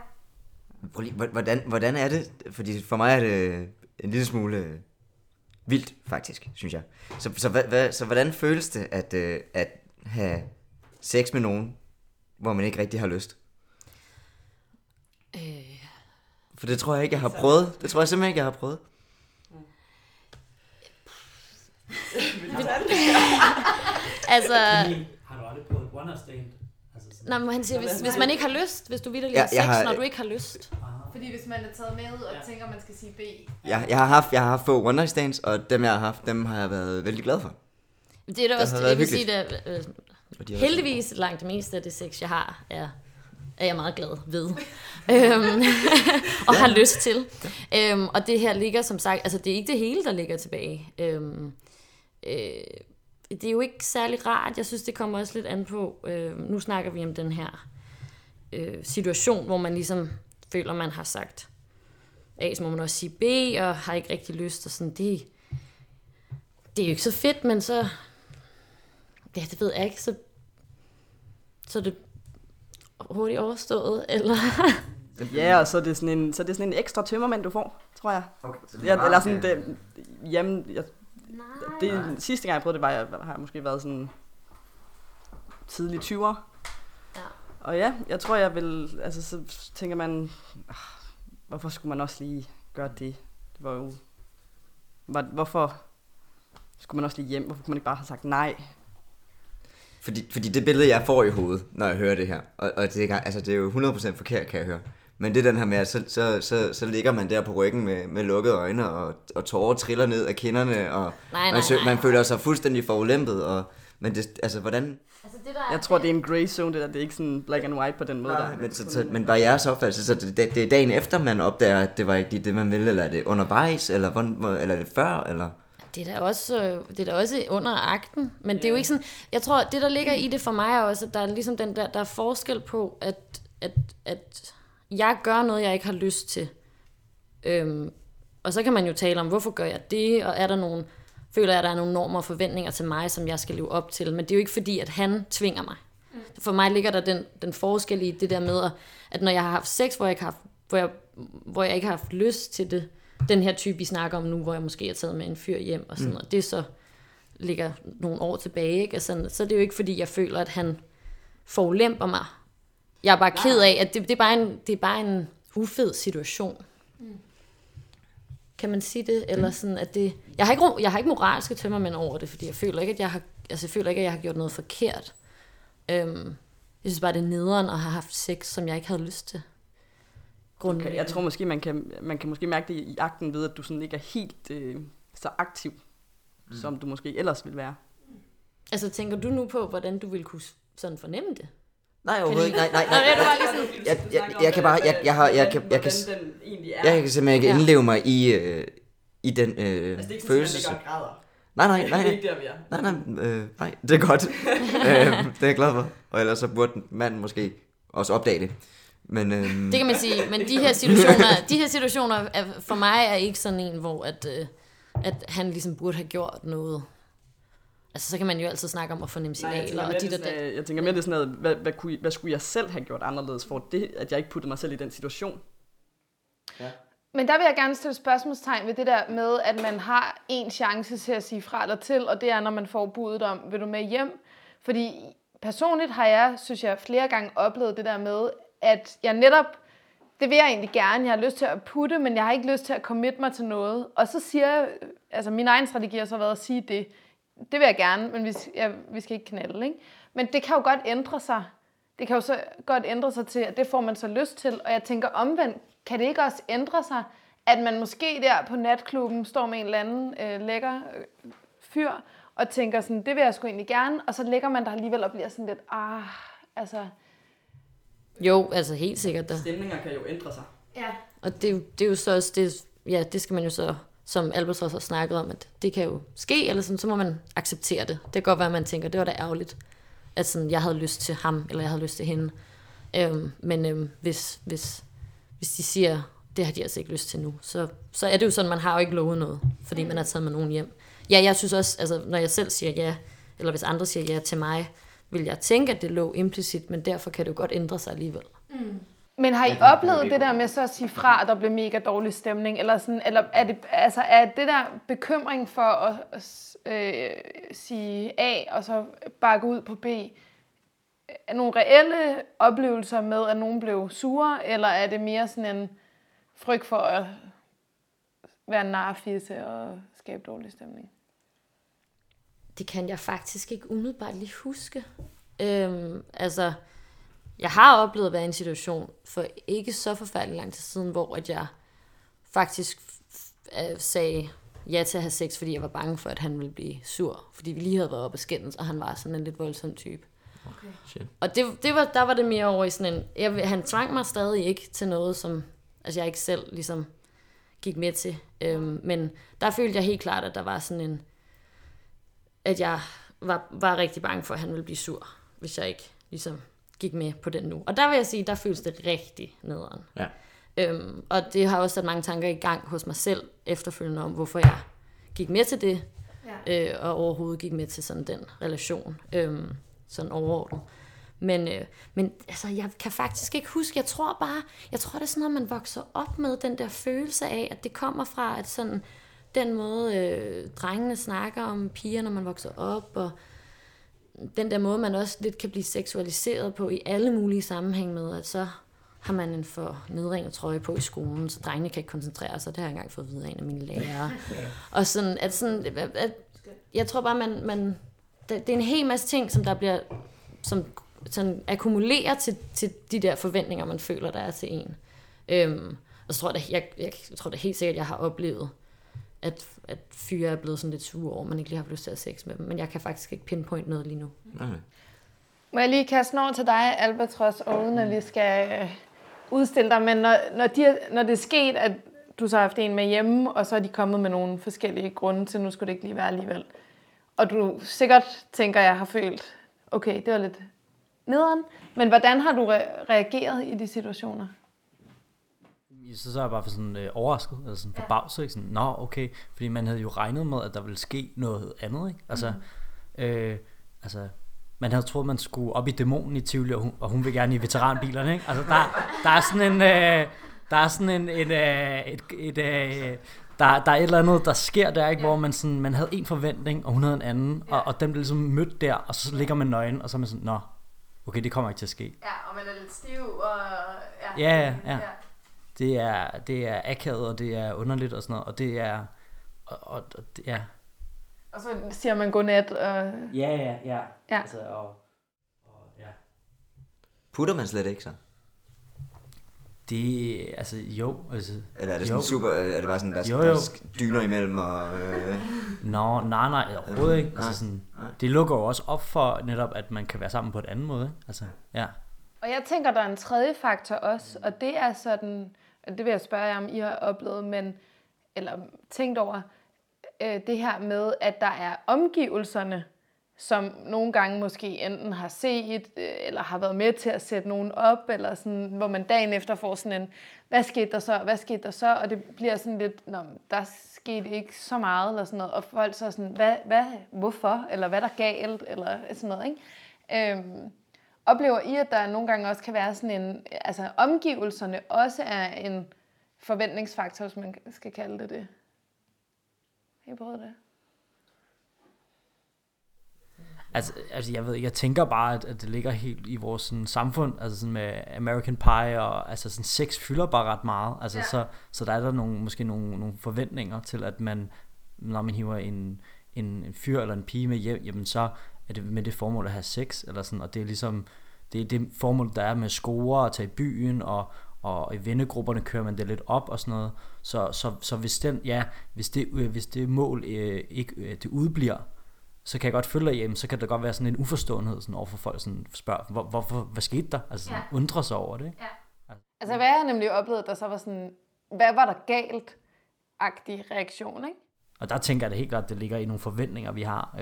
Hvordan er det? Fordi for mig er det en lille smule vildt, faktisk, synes jeg. Så hvordan føles det at have sex med nogen, hvor man ikke rigtig har lyst? For det tror jeg ikke, jeg har prøvet. Det tror jeg simpelthen ikke, jeg har prøvet. Altså... Har du aldrig prøvet one night stand? Nej, men han siger, hvis man ikke har lyst, hvis du vitterligt har sex, når du ikke har lyst. Fordi hvis man er taget med ud og tænker, man skal sige B. Jeg har haft få one night stands, og dem jeg har haft, dem har jeg været vældig glad for. Det er da også, jeg vil sige, at de heldigvis langt det meste af det sex, jeg har, er jeg meget glad ved. Og har lyst til. Og det her ligger som sagt, altså det er ikke det hele, der ligger tilbage. Det er jo ikke særlig rart. Jeg synes, det kommer også lidt an på, nu snakker vi om den her situation, hvor man ligesom føler, man har sagt A, så må man også sige B, og har ikke rigtig lyst, og sådan, det er jo ikke så fedt, men så, ja, det ved jeg ikke, så er det hurtigt overstået, eller... Ja, og så er det sådan en ekstra tømmermænd, du får, tror jeg. Okay, eller sådan, det sidste gang, jeg prøvede det, har jeg måske været sådan tidlig 20'er. Ja. Og ja, jeg tror, jeg vil, altså så tænker man, hvorfor skulle man også lige gøre det? Det var jo, hvorfor skulle man også lige hjem? Hvorfor kunne man ikke bare have sagt nej? Fordi det billede, jeg får i hovedet, når jeg hører det her, og det er jo 100% forkert, kan jeg høre. Men det er den her med, at så ligger man der på ryggen med lukkede øjne, og tårer triller ned af kinderne, og man føler sig fuldstændig forulæmpet. Men det, altså, hvordan... Altså, jeg tror, det er en gray zone, det der. Det er ikke sådan black and white på den måde. Men var jeres opfattelse, så det er dagen efter, man opdager, at det var ikke det, man ville, eller er det undervejs, eller er det før, eller... Det er da også under akten, men det er jo ikke sådan, jeg tror, det der ligger i det for mig er også, at der er ligesom der er forskel på, at jeg gør noget, jeg ikke har lyst til. Og så kan man jo tale om, hvorfor gør jeg det, og føler jeg, at der er nogle normer og forventninger til mig, som jeg skal leve op til, men det er jo ikke fordi, at han tvinger mig. For mig ligger der den forskel i det der med, at når jeg har haft sex, hvor jeg ikke har haft lyst til det, den her type, vi snakker om nu, hvor jeg måske er taget med en fyr hjem og sådan noget, det så ligger nogle år tilbage, ikke? Så det er jo ikke fordi, jeg føler, at han forulemper mig. Jeg er bare ked af, at det er bare en ufed situation. Kan man sige det? Eller sådan, at det... Jeg har ikke moralske tømmermænd over det, fordi jeg føler ikke, at jeg har gjort noget forkert. Jeg synes bare, det er nederen at have haft sex, som jeg ikke havde lyst til. Okay, jeg tror måske, man kan måske mærke det i akten ved, at du sådan ikke er helt så aktiv, som du måske ellers ville være. Altså, tænker du nu på, hvordan du ville kunne sådan fornemme det? Nej, overhovedet ikke. Nej. Jeg kan bare, jeg kan simpelthen ikke indleve mig i den følelse. Altså, det er ikke sådan, at det græder. Nej. Det er ikke der, vi er. Nej, det er godt. Det er jeg glad for. Og ellers så burde manden måske også opdage det. Men, det kan man sige, men de her situationer for mig er ikke sådan en, hvor at han ligesom burde have gjort noget. Altså så kan man jo altid snakke om at fornemme signaler. Jeg tænker mere det sådan noget, hvad skulle jeg selv have gjort anderledes for det, at jeg ikke puttede mig selv i den situation? Ja. Men der vil jeg gerne stille spørgsmålstegn ved det der med, at man har en chance til at sige fra eller til, og det er, når man får budet om, vil du med hjem? Fordi personligt har jeg, synes jeg, flere gange oplevet det der med, at jeg netop, det vil jeg egentlig gerne, jeg har lyst til at putte, men jeg har ikke lyst til at commit mig til noget. Og så siger jeg, altså min egen strategi har så været at sige det. Det vil jeg gerne, men vi skal ikke knalde, ikke? Men det kan jo godt ændre sig det kan jo så godt ændre sig til, at det får man så lyst til. Og jeg tænker omvendt, kan det ikke også ændre sig, at man måske der på natklubben står med en eller anden lækker fyr, og tænker sådan, det vil jeg sgu egentlig gerne, og så ligger man der alligevel og bliver sådan lidt, altså... Jo, altså helt sikkert da. Stemninger kan jo ændre sig. Ja. Og det er jo så også, det skal man jo så, som Albert også har snakket om, at det kan jo ske, eller sådan, så må man acceptere det. Det kan godt være, at man tænker, det var da ærgerligt, at sådan, jeg havde lyst til ham, eller jeg havde lyst til hende. Men hvis de siger, det har de altså ikke lyst til nu, så er det jo sådan, man har jo ikke lovet noget, fordi man har taget med nogen hjem. Ja, jeg synes også, altså, når jeg selv siger ja, eller hvis andre siger ja til mig, vil jeg tænke, at det lå implicit, men derfor kan det jo godt ændre sig alligevel. Mm. Men har I oplevet det der med så at sige fra, at der bliver mega dårlig stemning, eller sådan, eller er det der bekymring for at sige A, og så bakke ud på B, er nogle reelle oplevelser med, at nogen blev sure, eller er det mere sådan en frygt for at være en narfisse og skabe dårlig stemning? Det kan jeg faktisk ikke umiddelbart lige huske. Altså, jeg har oplevet at være i en situation for ikke så forfærdelig lang tid siden, hvor at jeg faktisk sagde ja til at have sex, fordi jeg var bange for, at han ville blive sur. Fordi vi lige havde været oppe og skændes, og han var sådan en lidt voldsom type. Okay. Og der var det mere over i sådan en... han tvang mig stadig ikke til noget, som jeg ikke selv ligesom gik med til. Men der følte jeg helt klart, at der var sådan en... At jeg var rigtig bange for, at han ville blive sur, hvis jeg ikke ligesom gik med på den nu. Og der vil jeg sige, der føles det rigtig nederen. Ja. Og det har også sat mange tanker i gang hos mig selv efterfølgende om, hvorfor jeg gik med til det, og overhovedet gik med til sådan den relation, sådan overordnet. Men altså, jeg kan faktisk ikke huske, jeg tror det er sådan noget, man vokser op med, den der følelse af, at det kommer fra, at sådan den måde, drengene snakker om piger, når man vokser op, og den der måde, man også lidt kan blive seksualiseret på i alle mulige sammenhæng med, at så har man en for nedringet trøje på i skolen, så drengene kan ikke koncentrere sig. Det har jeg engang fået videre af en af mine lærere. Og sådan, at jeg tror bare, det er en hel masse ting, som der bliver, som sådan akkumulerer til de der forventninger, man føler, der er til en. Og så tror jeg tror da helt sikkert, at jeg har oplevet, at fyre er blevet sådan lidt sure over, man ikke lige har lyst til at have sex med dem. Men jeg kan faktisk ikke pinpoint noget lige nu. Okay. Må jeg lige kaste over til dig, Albatros, uden at vi skal udstille dig, men når det er sket, at du så har haft en med hjemme, og så er de kommet med nogle forskellige grunde til, nu skulle det ikke lige være alligevel. Og du sikkert tænker, jeg har følt, okay, det var lidt nederen, men hvordan har du reageret i de situationer? Så er jeg bare for sådan overrasket, eller sådan forbavset, ikke? Sådan, nå, okay, fordi man havde jo regnet med, at der ville ske noget andet, ikke? Altså, man havde troet, man skulle op i dæmonen i Tivoli, og hun vil gerne i veteranbilerne, ikke? Altså, der er sådan der er et eller andet, der sker der, ikke? Hvor man havde en forventning, og hun havde en anden, og den blev ligesom mødt der, og så ligger man nøgen, og så er man sådan, nå, okay, det kommer ikke til at ske. Ja, og man er lidt stiv, og... Ja. Det er akavet, og det er underligt og sådan noget, og det er... ja. Og så siger man godnat, og... Ja. Altså, ja. Putter man slet ikke så? Det, altså, jo. Altså, eller er det sådan super, er det bare sådan, der dyner imellem, og... Nej, overhovedet ikke. Altså, sådan, det lukker jo også op for netop, at man kan være sammen på et andet måde, ikke? Altså, ja. Og jeg tænker, der er en tredje faktor også, og det er sådan, det vil jeg spørge jer om, I har oplevet, eller tænkt over, det her med, at der er omgivelserne, som nogle gange måske enten har set, eller har været med til at sætte nogen op, eller sådan, hvor man dagen efter får sådan en, hvad skete der så, og det bliver sådan lidt, der skete ikke så meget, eller sådan noget, og folk så sådan, hvorfor, eller hvad der galt, eller sådan noget, ikke? Oplever I, at der nogle gange også kan være sådan en, altså omgivelserne også er en forventningsfaktor, hvis man skal kalde det det? Har I prøvet det? Altså jeg tænker bare, at det ligger helt i vores sådan, samfund, altså sådan med American Pie, og altså sådan sex fylder bare ret meget, altså så der er der måske nogle forventninger til, at man, når man hiver en fyr eller en pige med hjem, jamen så er det med det formål at have sex, eller sådan, og det er ligesom, det er det formål, der er med score og tage i byen, og i vennegrupperne kører man det lidt op og sådan noget. Så hvis det mål ikke det udbliver, så kan jeg godt følge dig, så kan der godt være sådan en uforståenhed sådan overfor folk, sådan spørger, hvorfor, hvad skete der? Altså sådan, undrer sig over det. Ikke? Ja. Altså hvad jeg nemlig oplevede, der så var sådan, hvad var der galt-agtig reaktion, ikke? Og der tænker jeg det helt klart, det ligger i nogle forventninger, vi har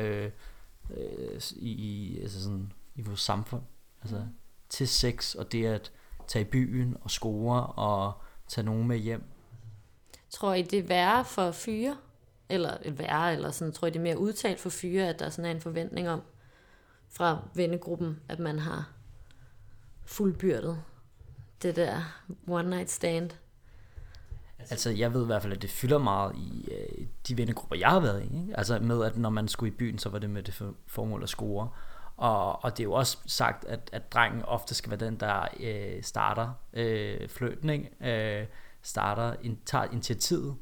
i vores samfund. Altså til sex, og det at tage i byen og score og tage nogen med hjem. Tror I, det er værre for fyre? Eller sådan, tror I, det er mere udtalt for fyre, at der sådan er en forventning om fra vennegruppen, at man har fuldbyrdet det der one night stand? Altså, jeg ved i hvert fald, at det fylder meget i de vennegrupper, jeg har været i. Ikke? Altså med, at når man skulle i byen, så var det med det formål at score. Og det er jo også sagt, at drengen ofte skal være den, der starter flirten, ikke? Tager initiativet.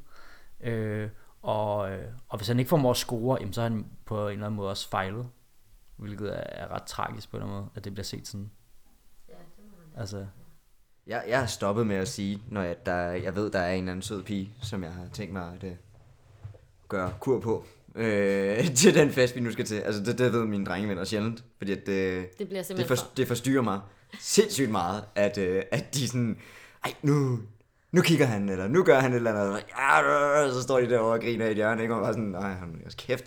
Og hvis han ikke formår at score, jamen, så er han på en eller anden måde også fejlet. Hvilket er ret tragisk på en måde, at det bliver set sådan. Ja, det må man. Altså... Jeg har stoppet med at sige, når jeg ved, der er en eller anden sød pige, som jeg har tænkt mig at gøre kur på til den fest, vi nu skal til. Altså det ved mine drengevenner sjældent, fordi at, det bliver simpelthen det forstyrrer mig sindssygt meget, at de sådan, ej nu kigger han, eller nu gør han et eller andet, så står de derovre og griner i et hjørne, ikke? Og bare sådan, nej, han er kæft.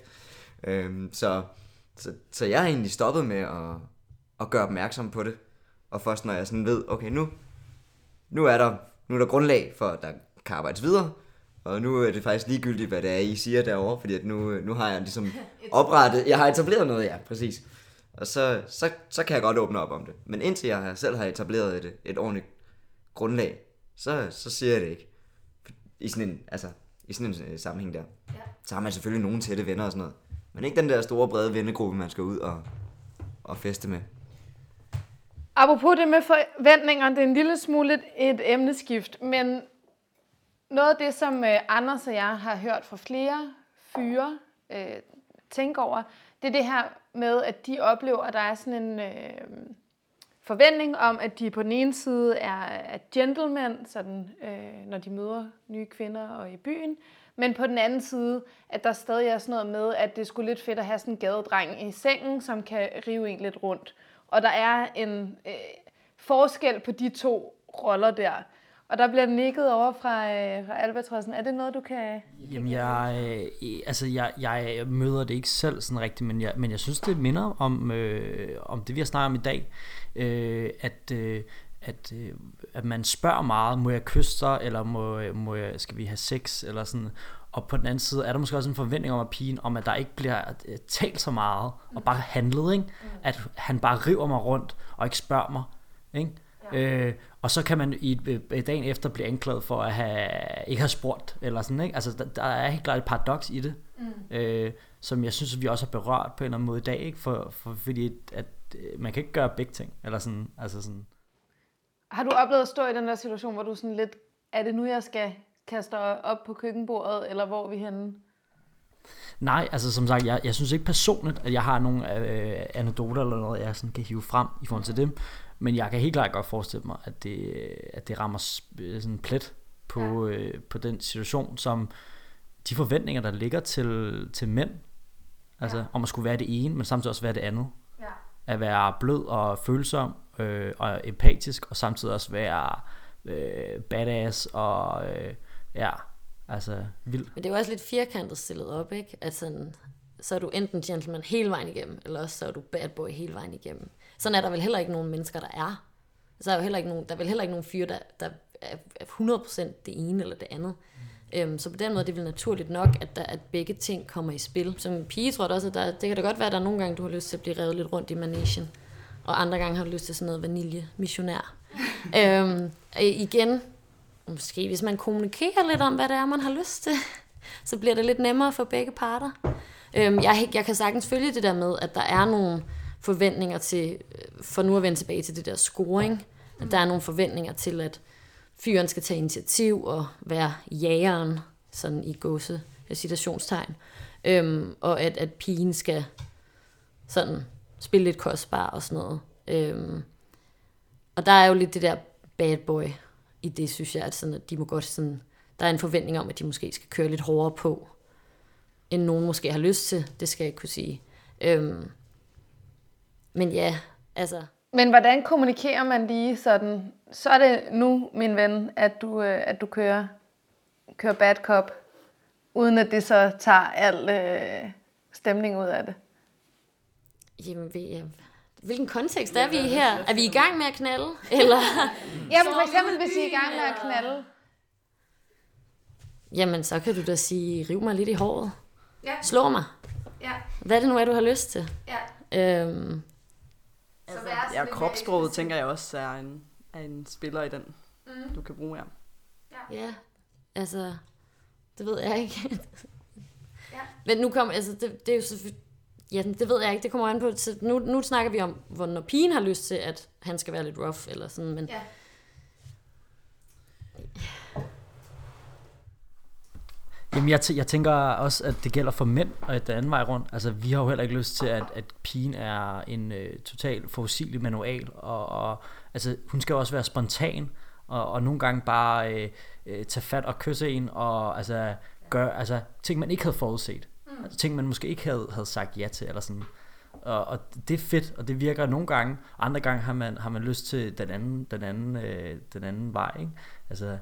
Så jeg har egentlig stoppet med at gøre opmærksom på det. Og først når jeg sådan ved, okay, nu er der grundlag for, at der kan arbejdes videre. Og nu er det faktisk ligegyldigt, hvad det er, I siger derovre. Fordi at nu har jeg ligesom oprettet, jeg har etableret noget, ja, præcis. Og så kan jeg godt åbne op om det. Men indtil jeg selv har etableret et ordentligt grundlag, så siger jeg det ikke. I sådan en sammenhæng der. Ja. Så har man selvfølgelig nogle tætte venner og sådan noget. Men ikke den der store, brede vennegruppe, man skal ud og feste med. Apropos det med forventninger, det er en lille smule et emneskift, men noget af det, som Anders og jeg har hørt fra flere fyre tænke over, det er det her med, at de oplever, at der er sådan en forventning om, at de på den ene side er gentlemen, sådan, når de møder nye kvinder og i byen, men på den anden side, at der stadig er sådan noget med, at det er sgu lidt fedt at have sådan en gadedreng i sengen, som kan rive en lidt rundt. Og der er en forskel på de to roller der. Og der bliver nikket over fra Albatrossen. Er det noget, du kan... Jamen, jeg møder det ikke selv sådan rigtigt, men jeg synes, det minder om det, vi har snakket om i dag. At man spørger meget, må jeg kysse dig, eller skal vi have sex, eller sådan. Og på den anden side er der måske også en forventning om at der ikke bliver talt så meget, og bare handlet, ikke? At han bare river mig rundt, og ikke spørger mig, ikke? Ja. Og så kan man i dagen efter blive anklaget for at ikke have spurgt, eller sådan, ikke? Altså der er helt klart et paradoks i det, som jeg synes, vi også har berørt på en eller anden måde i dag, ikke? Fordi at man kan ikke gøre begge ting, eller sådan, altså sådan. Har du oplevet at stå i den der situation, hvor du sådan lidt, er det nu, jeg skal kaste op på køkkenbordet, eller hvor er vi henne? Nej, altså som sagt, jeg synes ikke personligt, at jeg har nogle anekdoter eller noget, jeg sådan kan hive frem i forhold til dem, men jeg kan helt klart godt forestille mig, at det rammer sådan en plet på den situation, som de forventninger, der ligger til mænd, altså om at skulle være det ene, men samtidig også være det andet. Ja. At være blød og følsom og empatisk, og samtidig også være badass og altså vild. Men det er jo også lidt firkantet stillet op, ikke? At sådan, så er du enten gentleman hele vejen igennem, eller også så er du bad boy hele vejen igennem. Sådan er der vel heller ikke nogen mennesker, der er. Så er der er vel heller ikke nogen fyre, der er 100% det ene eller det andet. Så på den måde det er vel naturligt nok, at begge ting kommer i spil. Som en pige tror jeg også, at det kan da godt være, at der er nogle gange, du har lyst til at blive revet lidt rundt i managen, og andre gange har du lyst til sådan noget vanilje-missionær. Igen, måske hvis man kommunikerer lidt om, hvad det er, man har lyst til, så bliver det lidt nemmere for begge parter. Jeg kan sagtens følge det der med, at der er nogle forventninger til, for nu at vende tilbage til det der scoring, at der er nogle forventninger til, at fyren skal tage initiativ og være jægeren, sådan i gåse citationstegn, og at pigen skal sådan spille lidt kostbar og sådan noget. Og der er jo lidt det der bad boy i det, synes jeg, at, sådan, at de må godt sådan, der er en forventning om, at de måske skal køre lidt hårdere på, end nogen måske har lyst til. Det skal jeg ikke kunne sige. Men ja, altså... Men hvordan kommunikerer man lige sådan, så er det nu, min ven, at du kører bad cop, uden at det så tager al stemning ud af det? Jamen, hvilken kontekst er vi i her? Er vi i gang med at knalde? Eller? Jamen for eksempel, hvis I er i gang med at knalde. Jamen, så kan du da sige, riv mig lidt i håret. Ja. Slå mig. Ja. Hvad er det nu, du har lyst til? Ja. Ja, kropssproget tænker jeg også er en spiller i den, du kan bruge her. Ja, altså, det ved jeg ikke. Men nu kommer, altså, det er jo selvfølgelig, ja, det ved jeg ikke, det kommer an på. Så nu snakker vi om, når pigen har lyst til, at han skal være lidt rough, eller sådan, men... Ja. Jamen, jeg tænker også, at det gælder for mænd, og et anden vej rundt. Altså, vi har jo heller ikke lyst til, at pigen er en total forudsigelig manual, og altså, hun skal også være spontan, og nogle gange bare tage fat og kysse en, og altså, gøre altså, ting, man ikke havde forudset. Altså, ting, man måske ikke havde sagt ja til, eller sådan. Og det er fedt, og det virker nogle gange. Andre gange har man lyst til den anden vej, ikke? Altså,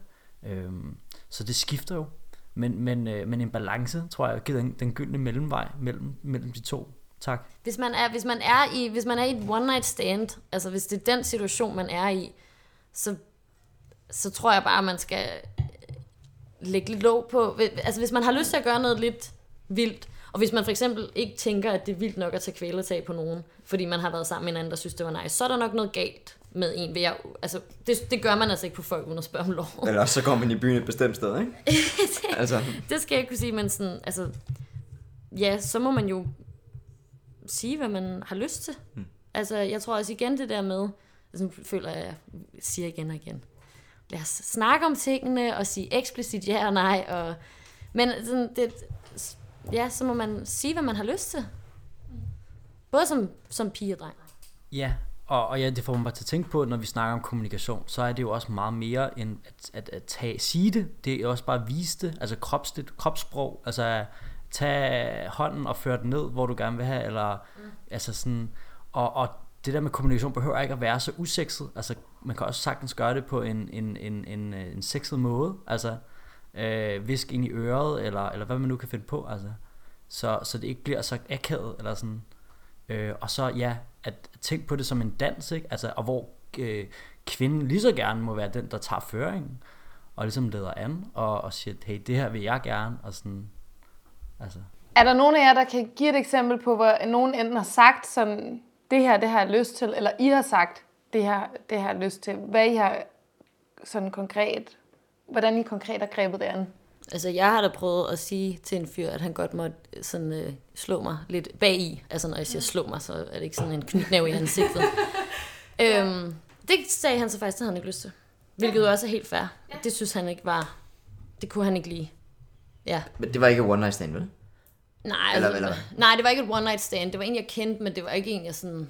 så det skifter jo. Men en balance, tror jeg, giver den gyldne mellemvej mellem de to. Tak. Hvis man er i et one night stand, altså hvis det er den situation, man er i, så tror jeg bare, at man skal lægge lidt låg på. Altså hvis man har lyst til at gøre noget lidt vildt, og hvis man for eksempel ikke tænker, at det er vildt nok at tage kvælertag på nogen, fordi man har været sammen med en anden, der synes, det var nice, så er der nok noget galt med en. Altså, det gør man altså ikke på folk, uden at spørge om lov. Eller så går man i byen et bestemt sted, ikke? Det skal jeg ikke kunne sige, men sådan, altså, ja, så må man jo sige, hvad man har lyst til. Altså, jeg tror også igen det der med, altså, føler jeg siger igen og igen, lad os snakke om tingene, og sige eksplicit ja og nej, men sådan, ja, så må man sige, hvad man har lyst til. Både som pige og dreng. Ja, og ja, det får man bare til at tænke på, når vi snakker om kommunikation, så er det jo også meget mere end at sige det. Det er også bare at vise det, altså kropssprog, altså tage hånden og føre den ned, hvor du gerne vil have, eller altså sådan, og det der med kommunikation behøver ikke at være så usekset, altså man kan også sagtens gøre det på en sexet måde, altså visk ind i øret, eller hvad man nu kan finde på, altså, så det ikke bliver så akavet, eller sådan, og så ja, at tænke på det som en dans, ikke? Altså, og hvor kvinden lige så gerne må være den, der tager føringen, og ligesom leder an, og siger, hey, det her vil jeg gerne, og sådan, altså. Er der nogen af jer, der kan give et eksempel på, hvor nogen enten har sagt sådan, det har jeg lyst til, eller I har sagt, det har jeg lyst til, hvad I har sådan konkret, hvordan I konkret har grebet det an? Altså, jeg har da prøvet at sige til en fyr, at han godt måtte sådan, slå mig lidt bagi. Altså, når jeg siger slå mig, så er det ikke sådan en knytnæve i ansigtet. Det sagde han så faktisk, det havde han ikke lyst til. Hvilket jo også er helt fair. Det synes han ikke var... Det kunne han ikke lide. Ja. Men det var ikke et one night stand, vel? Nej, nej, det var ikke et one night stand. Det var en, jeg kendte, men det var ikke en, jeg sådan...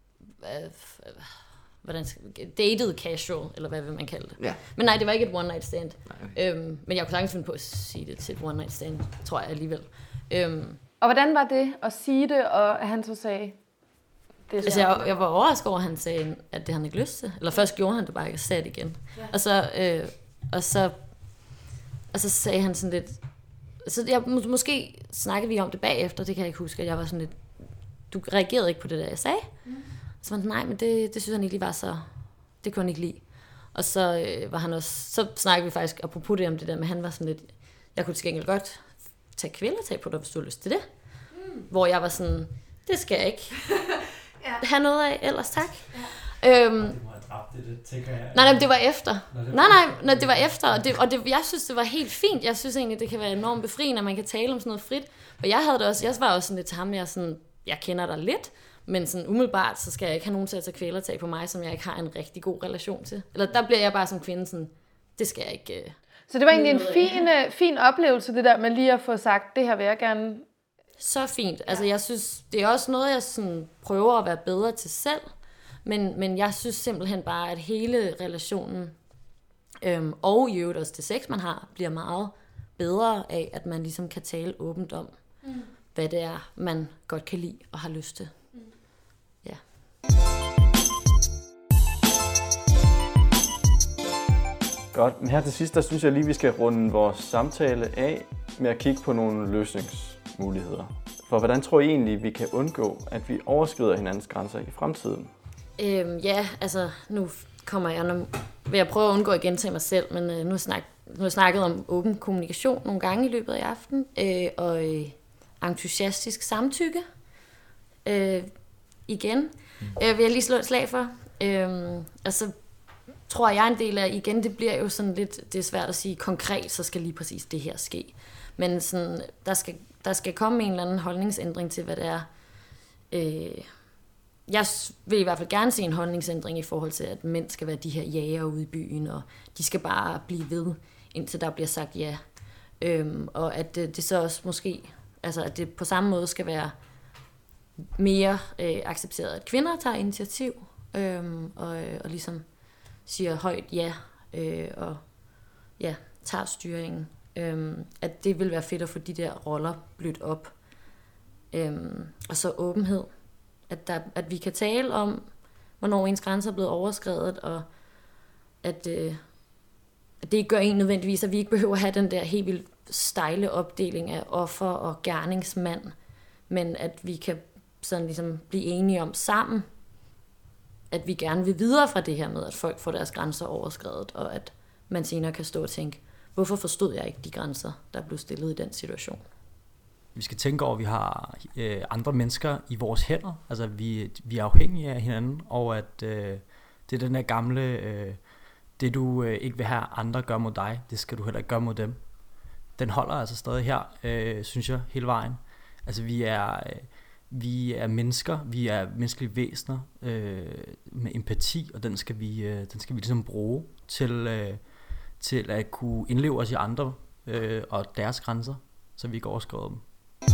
dated casual, eller hvad vil man kalde det. Ja. Men nej, det var ikke et one night stand. Okay. Men jeg kunne sagtens finde på at sige det til et one night stand, tror jeg alligevel. Og hvordan var det at sige det, og at han så sagde... Det altså, jeg var overrasket over, at han sagde, at det havde han ikke lyst til. Eller først gjorde han det bare ikke, og sagde det igen. Ja. Og så sagde han sådan lidt... Så måske snakkede vi om det bagefter, det kan jeg ikke huske, at jeg var sådan lidt... Du reagerede ikke på det der, jeg sagde. Så var han, nej, men det synes han ikke lige var så... Det kunne han ikke lide. Og så var han også... Så snakkede vi faktisk, apropos det om det der, men han var sådan lidt... Jeg kunne til gengæld godt tage kvælertag på dig, hvis du har lyst til det. Hvor jeg var sådan, det skal jeg ikke have noget af, ellers tak. Ja. Nej, det var efter. Nej, det var efter, og jeg synes, det var helt fint. Jeg synes egentlig, det kan være enormt befriende, at man kan tale om sådan noget frit. Og jeg var også sådan lidt til ham, jeg kender dig lidt, men sådan umiddelbart, så skal jeg ikke have nogen til at tage kvælertag på mig, som jeg ikke har en rigtig god relation til. Eller der bliver jeg bare som kvinde sådan, det skal jeg ikke... Så det var egentlig en fin oplevelse, det der med lige at få sagt, det her vil jeg gerne... Så fint. Altså jeg synes, det er også noget, jeg sådan prøver at være bedre til selv. Men jeg synes simpelthen bare, at hele relationen, og i øvrigt også det sex, man har, bliver meget bedre af, at man ligesom kan tale åbent om, hvad det er, man godt kan lide og har lyst til. Ja. Godt, men her til sidst, der synes jeg lige, vi skal runde vores samtale af med at kigge på nogle løsningsmuligheder. For hvordan tror I egentlig, vi kan undgå, at vi overskrider hinandens grænser i fremtiden? Ja, altså nu vil jeg prøve at undgå at gentage mig selv, men nu har jeg snakket om åben kommunikation nogle gange i løbet af aften, og entusiastisk samtykke. Igen vil jeg lige slå et slag for. Og så tror jeg en del af, igen, det bliver jo sådan lidt, det er svært at sige konkret, så skal lige præcis det her ske. Men sådan, der skal komme en eller anden holdningsændring til, hvad det er. Jeg vil i hvert fald gerne se en holdningsændring i forhold til, at mænd skal være de her jæger ude i byen, og de skal bare blive ved, indtil der bliver sagt ja. Og at det så også måske, altså at det på samme måde skal være mere accepteret, at kvinder tager initiativ, og ligesom siger højt ja, og ja, tager styringen. At det vil være fedt at få de der roller blødt op. Og så åbenhed. At vi kan tale om, hvornår ens grænser er blevet overskredet, og at det ikke gør en nødvendigvis, at vi ikke behøver at have den der helt vildt stejle opdeling af offer og gerningsmand, men at vi kan sådan ligesom blive enige om sammen, at vi gerne vil videre fra det her med, at folk får deres grænser overskredet, og at man senere kan stå og tænke, hvorfor forstod jeg ikke de grænser, der blev stillet i den situation? Vi skal tænke over, at vi har andre mennesker i vores hænder. Altså, vi er afhængige af hinanden, og at det er den der gamle, det du ikke vil have andre gøre mod dig, det skal du heller ikke gøre mod dem. Den holder altså stadig her, synes jeg, hele vejen. Altså, vi er mennesker, vi er menneskelige væsener med empati, og den skal vi ligesom bruge til at kunne indleve os i andre og deres grænser, så vi ikke overskrider dem.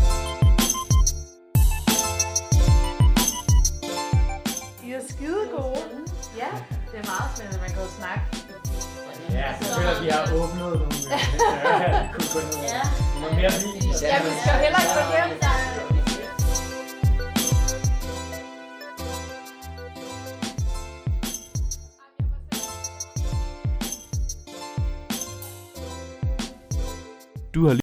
I er skide gode. Ja, det er meget spændende, man kan jo snakke. Ja, jeg føler, at vi har åbnet nogle mere vin. Ja, vi skal jo heller ikke gå hjem. Du har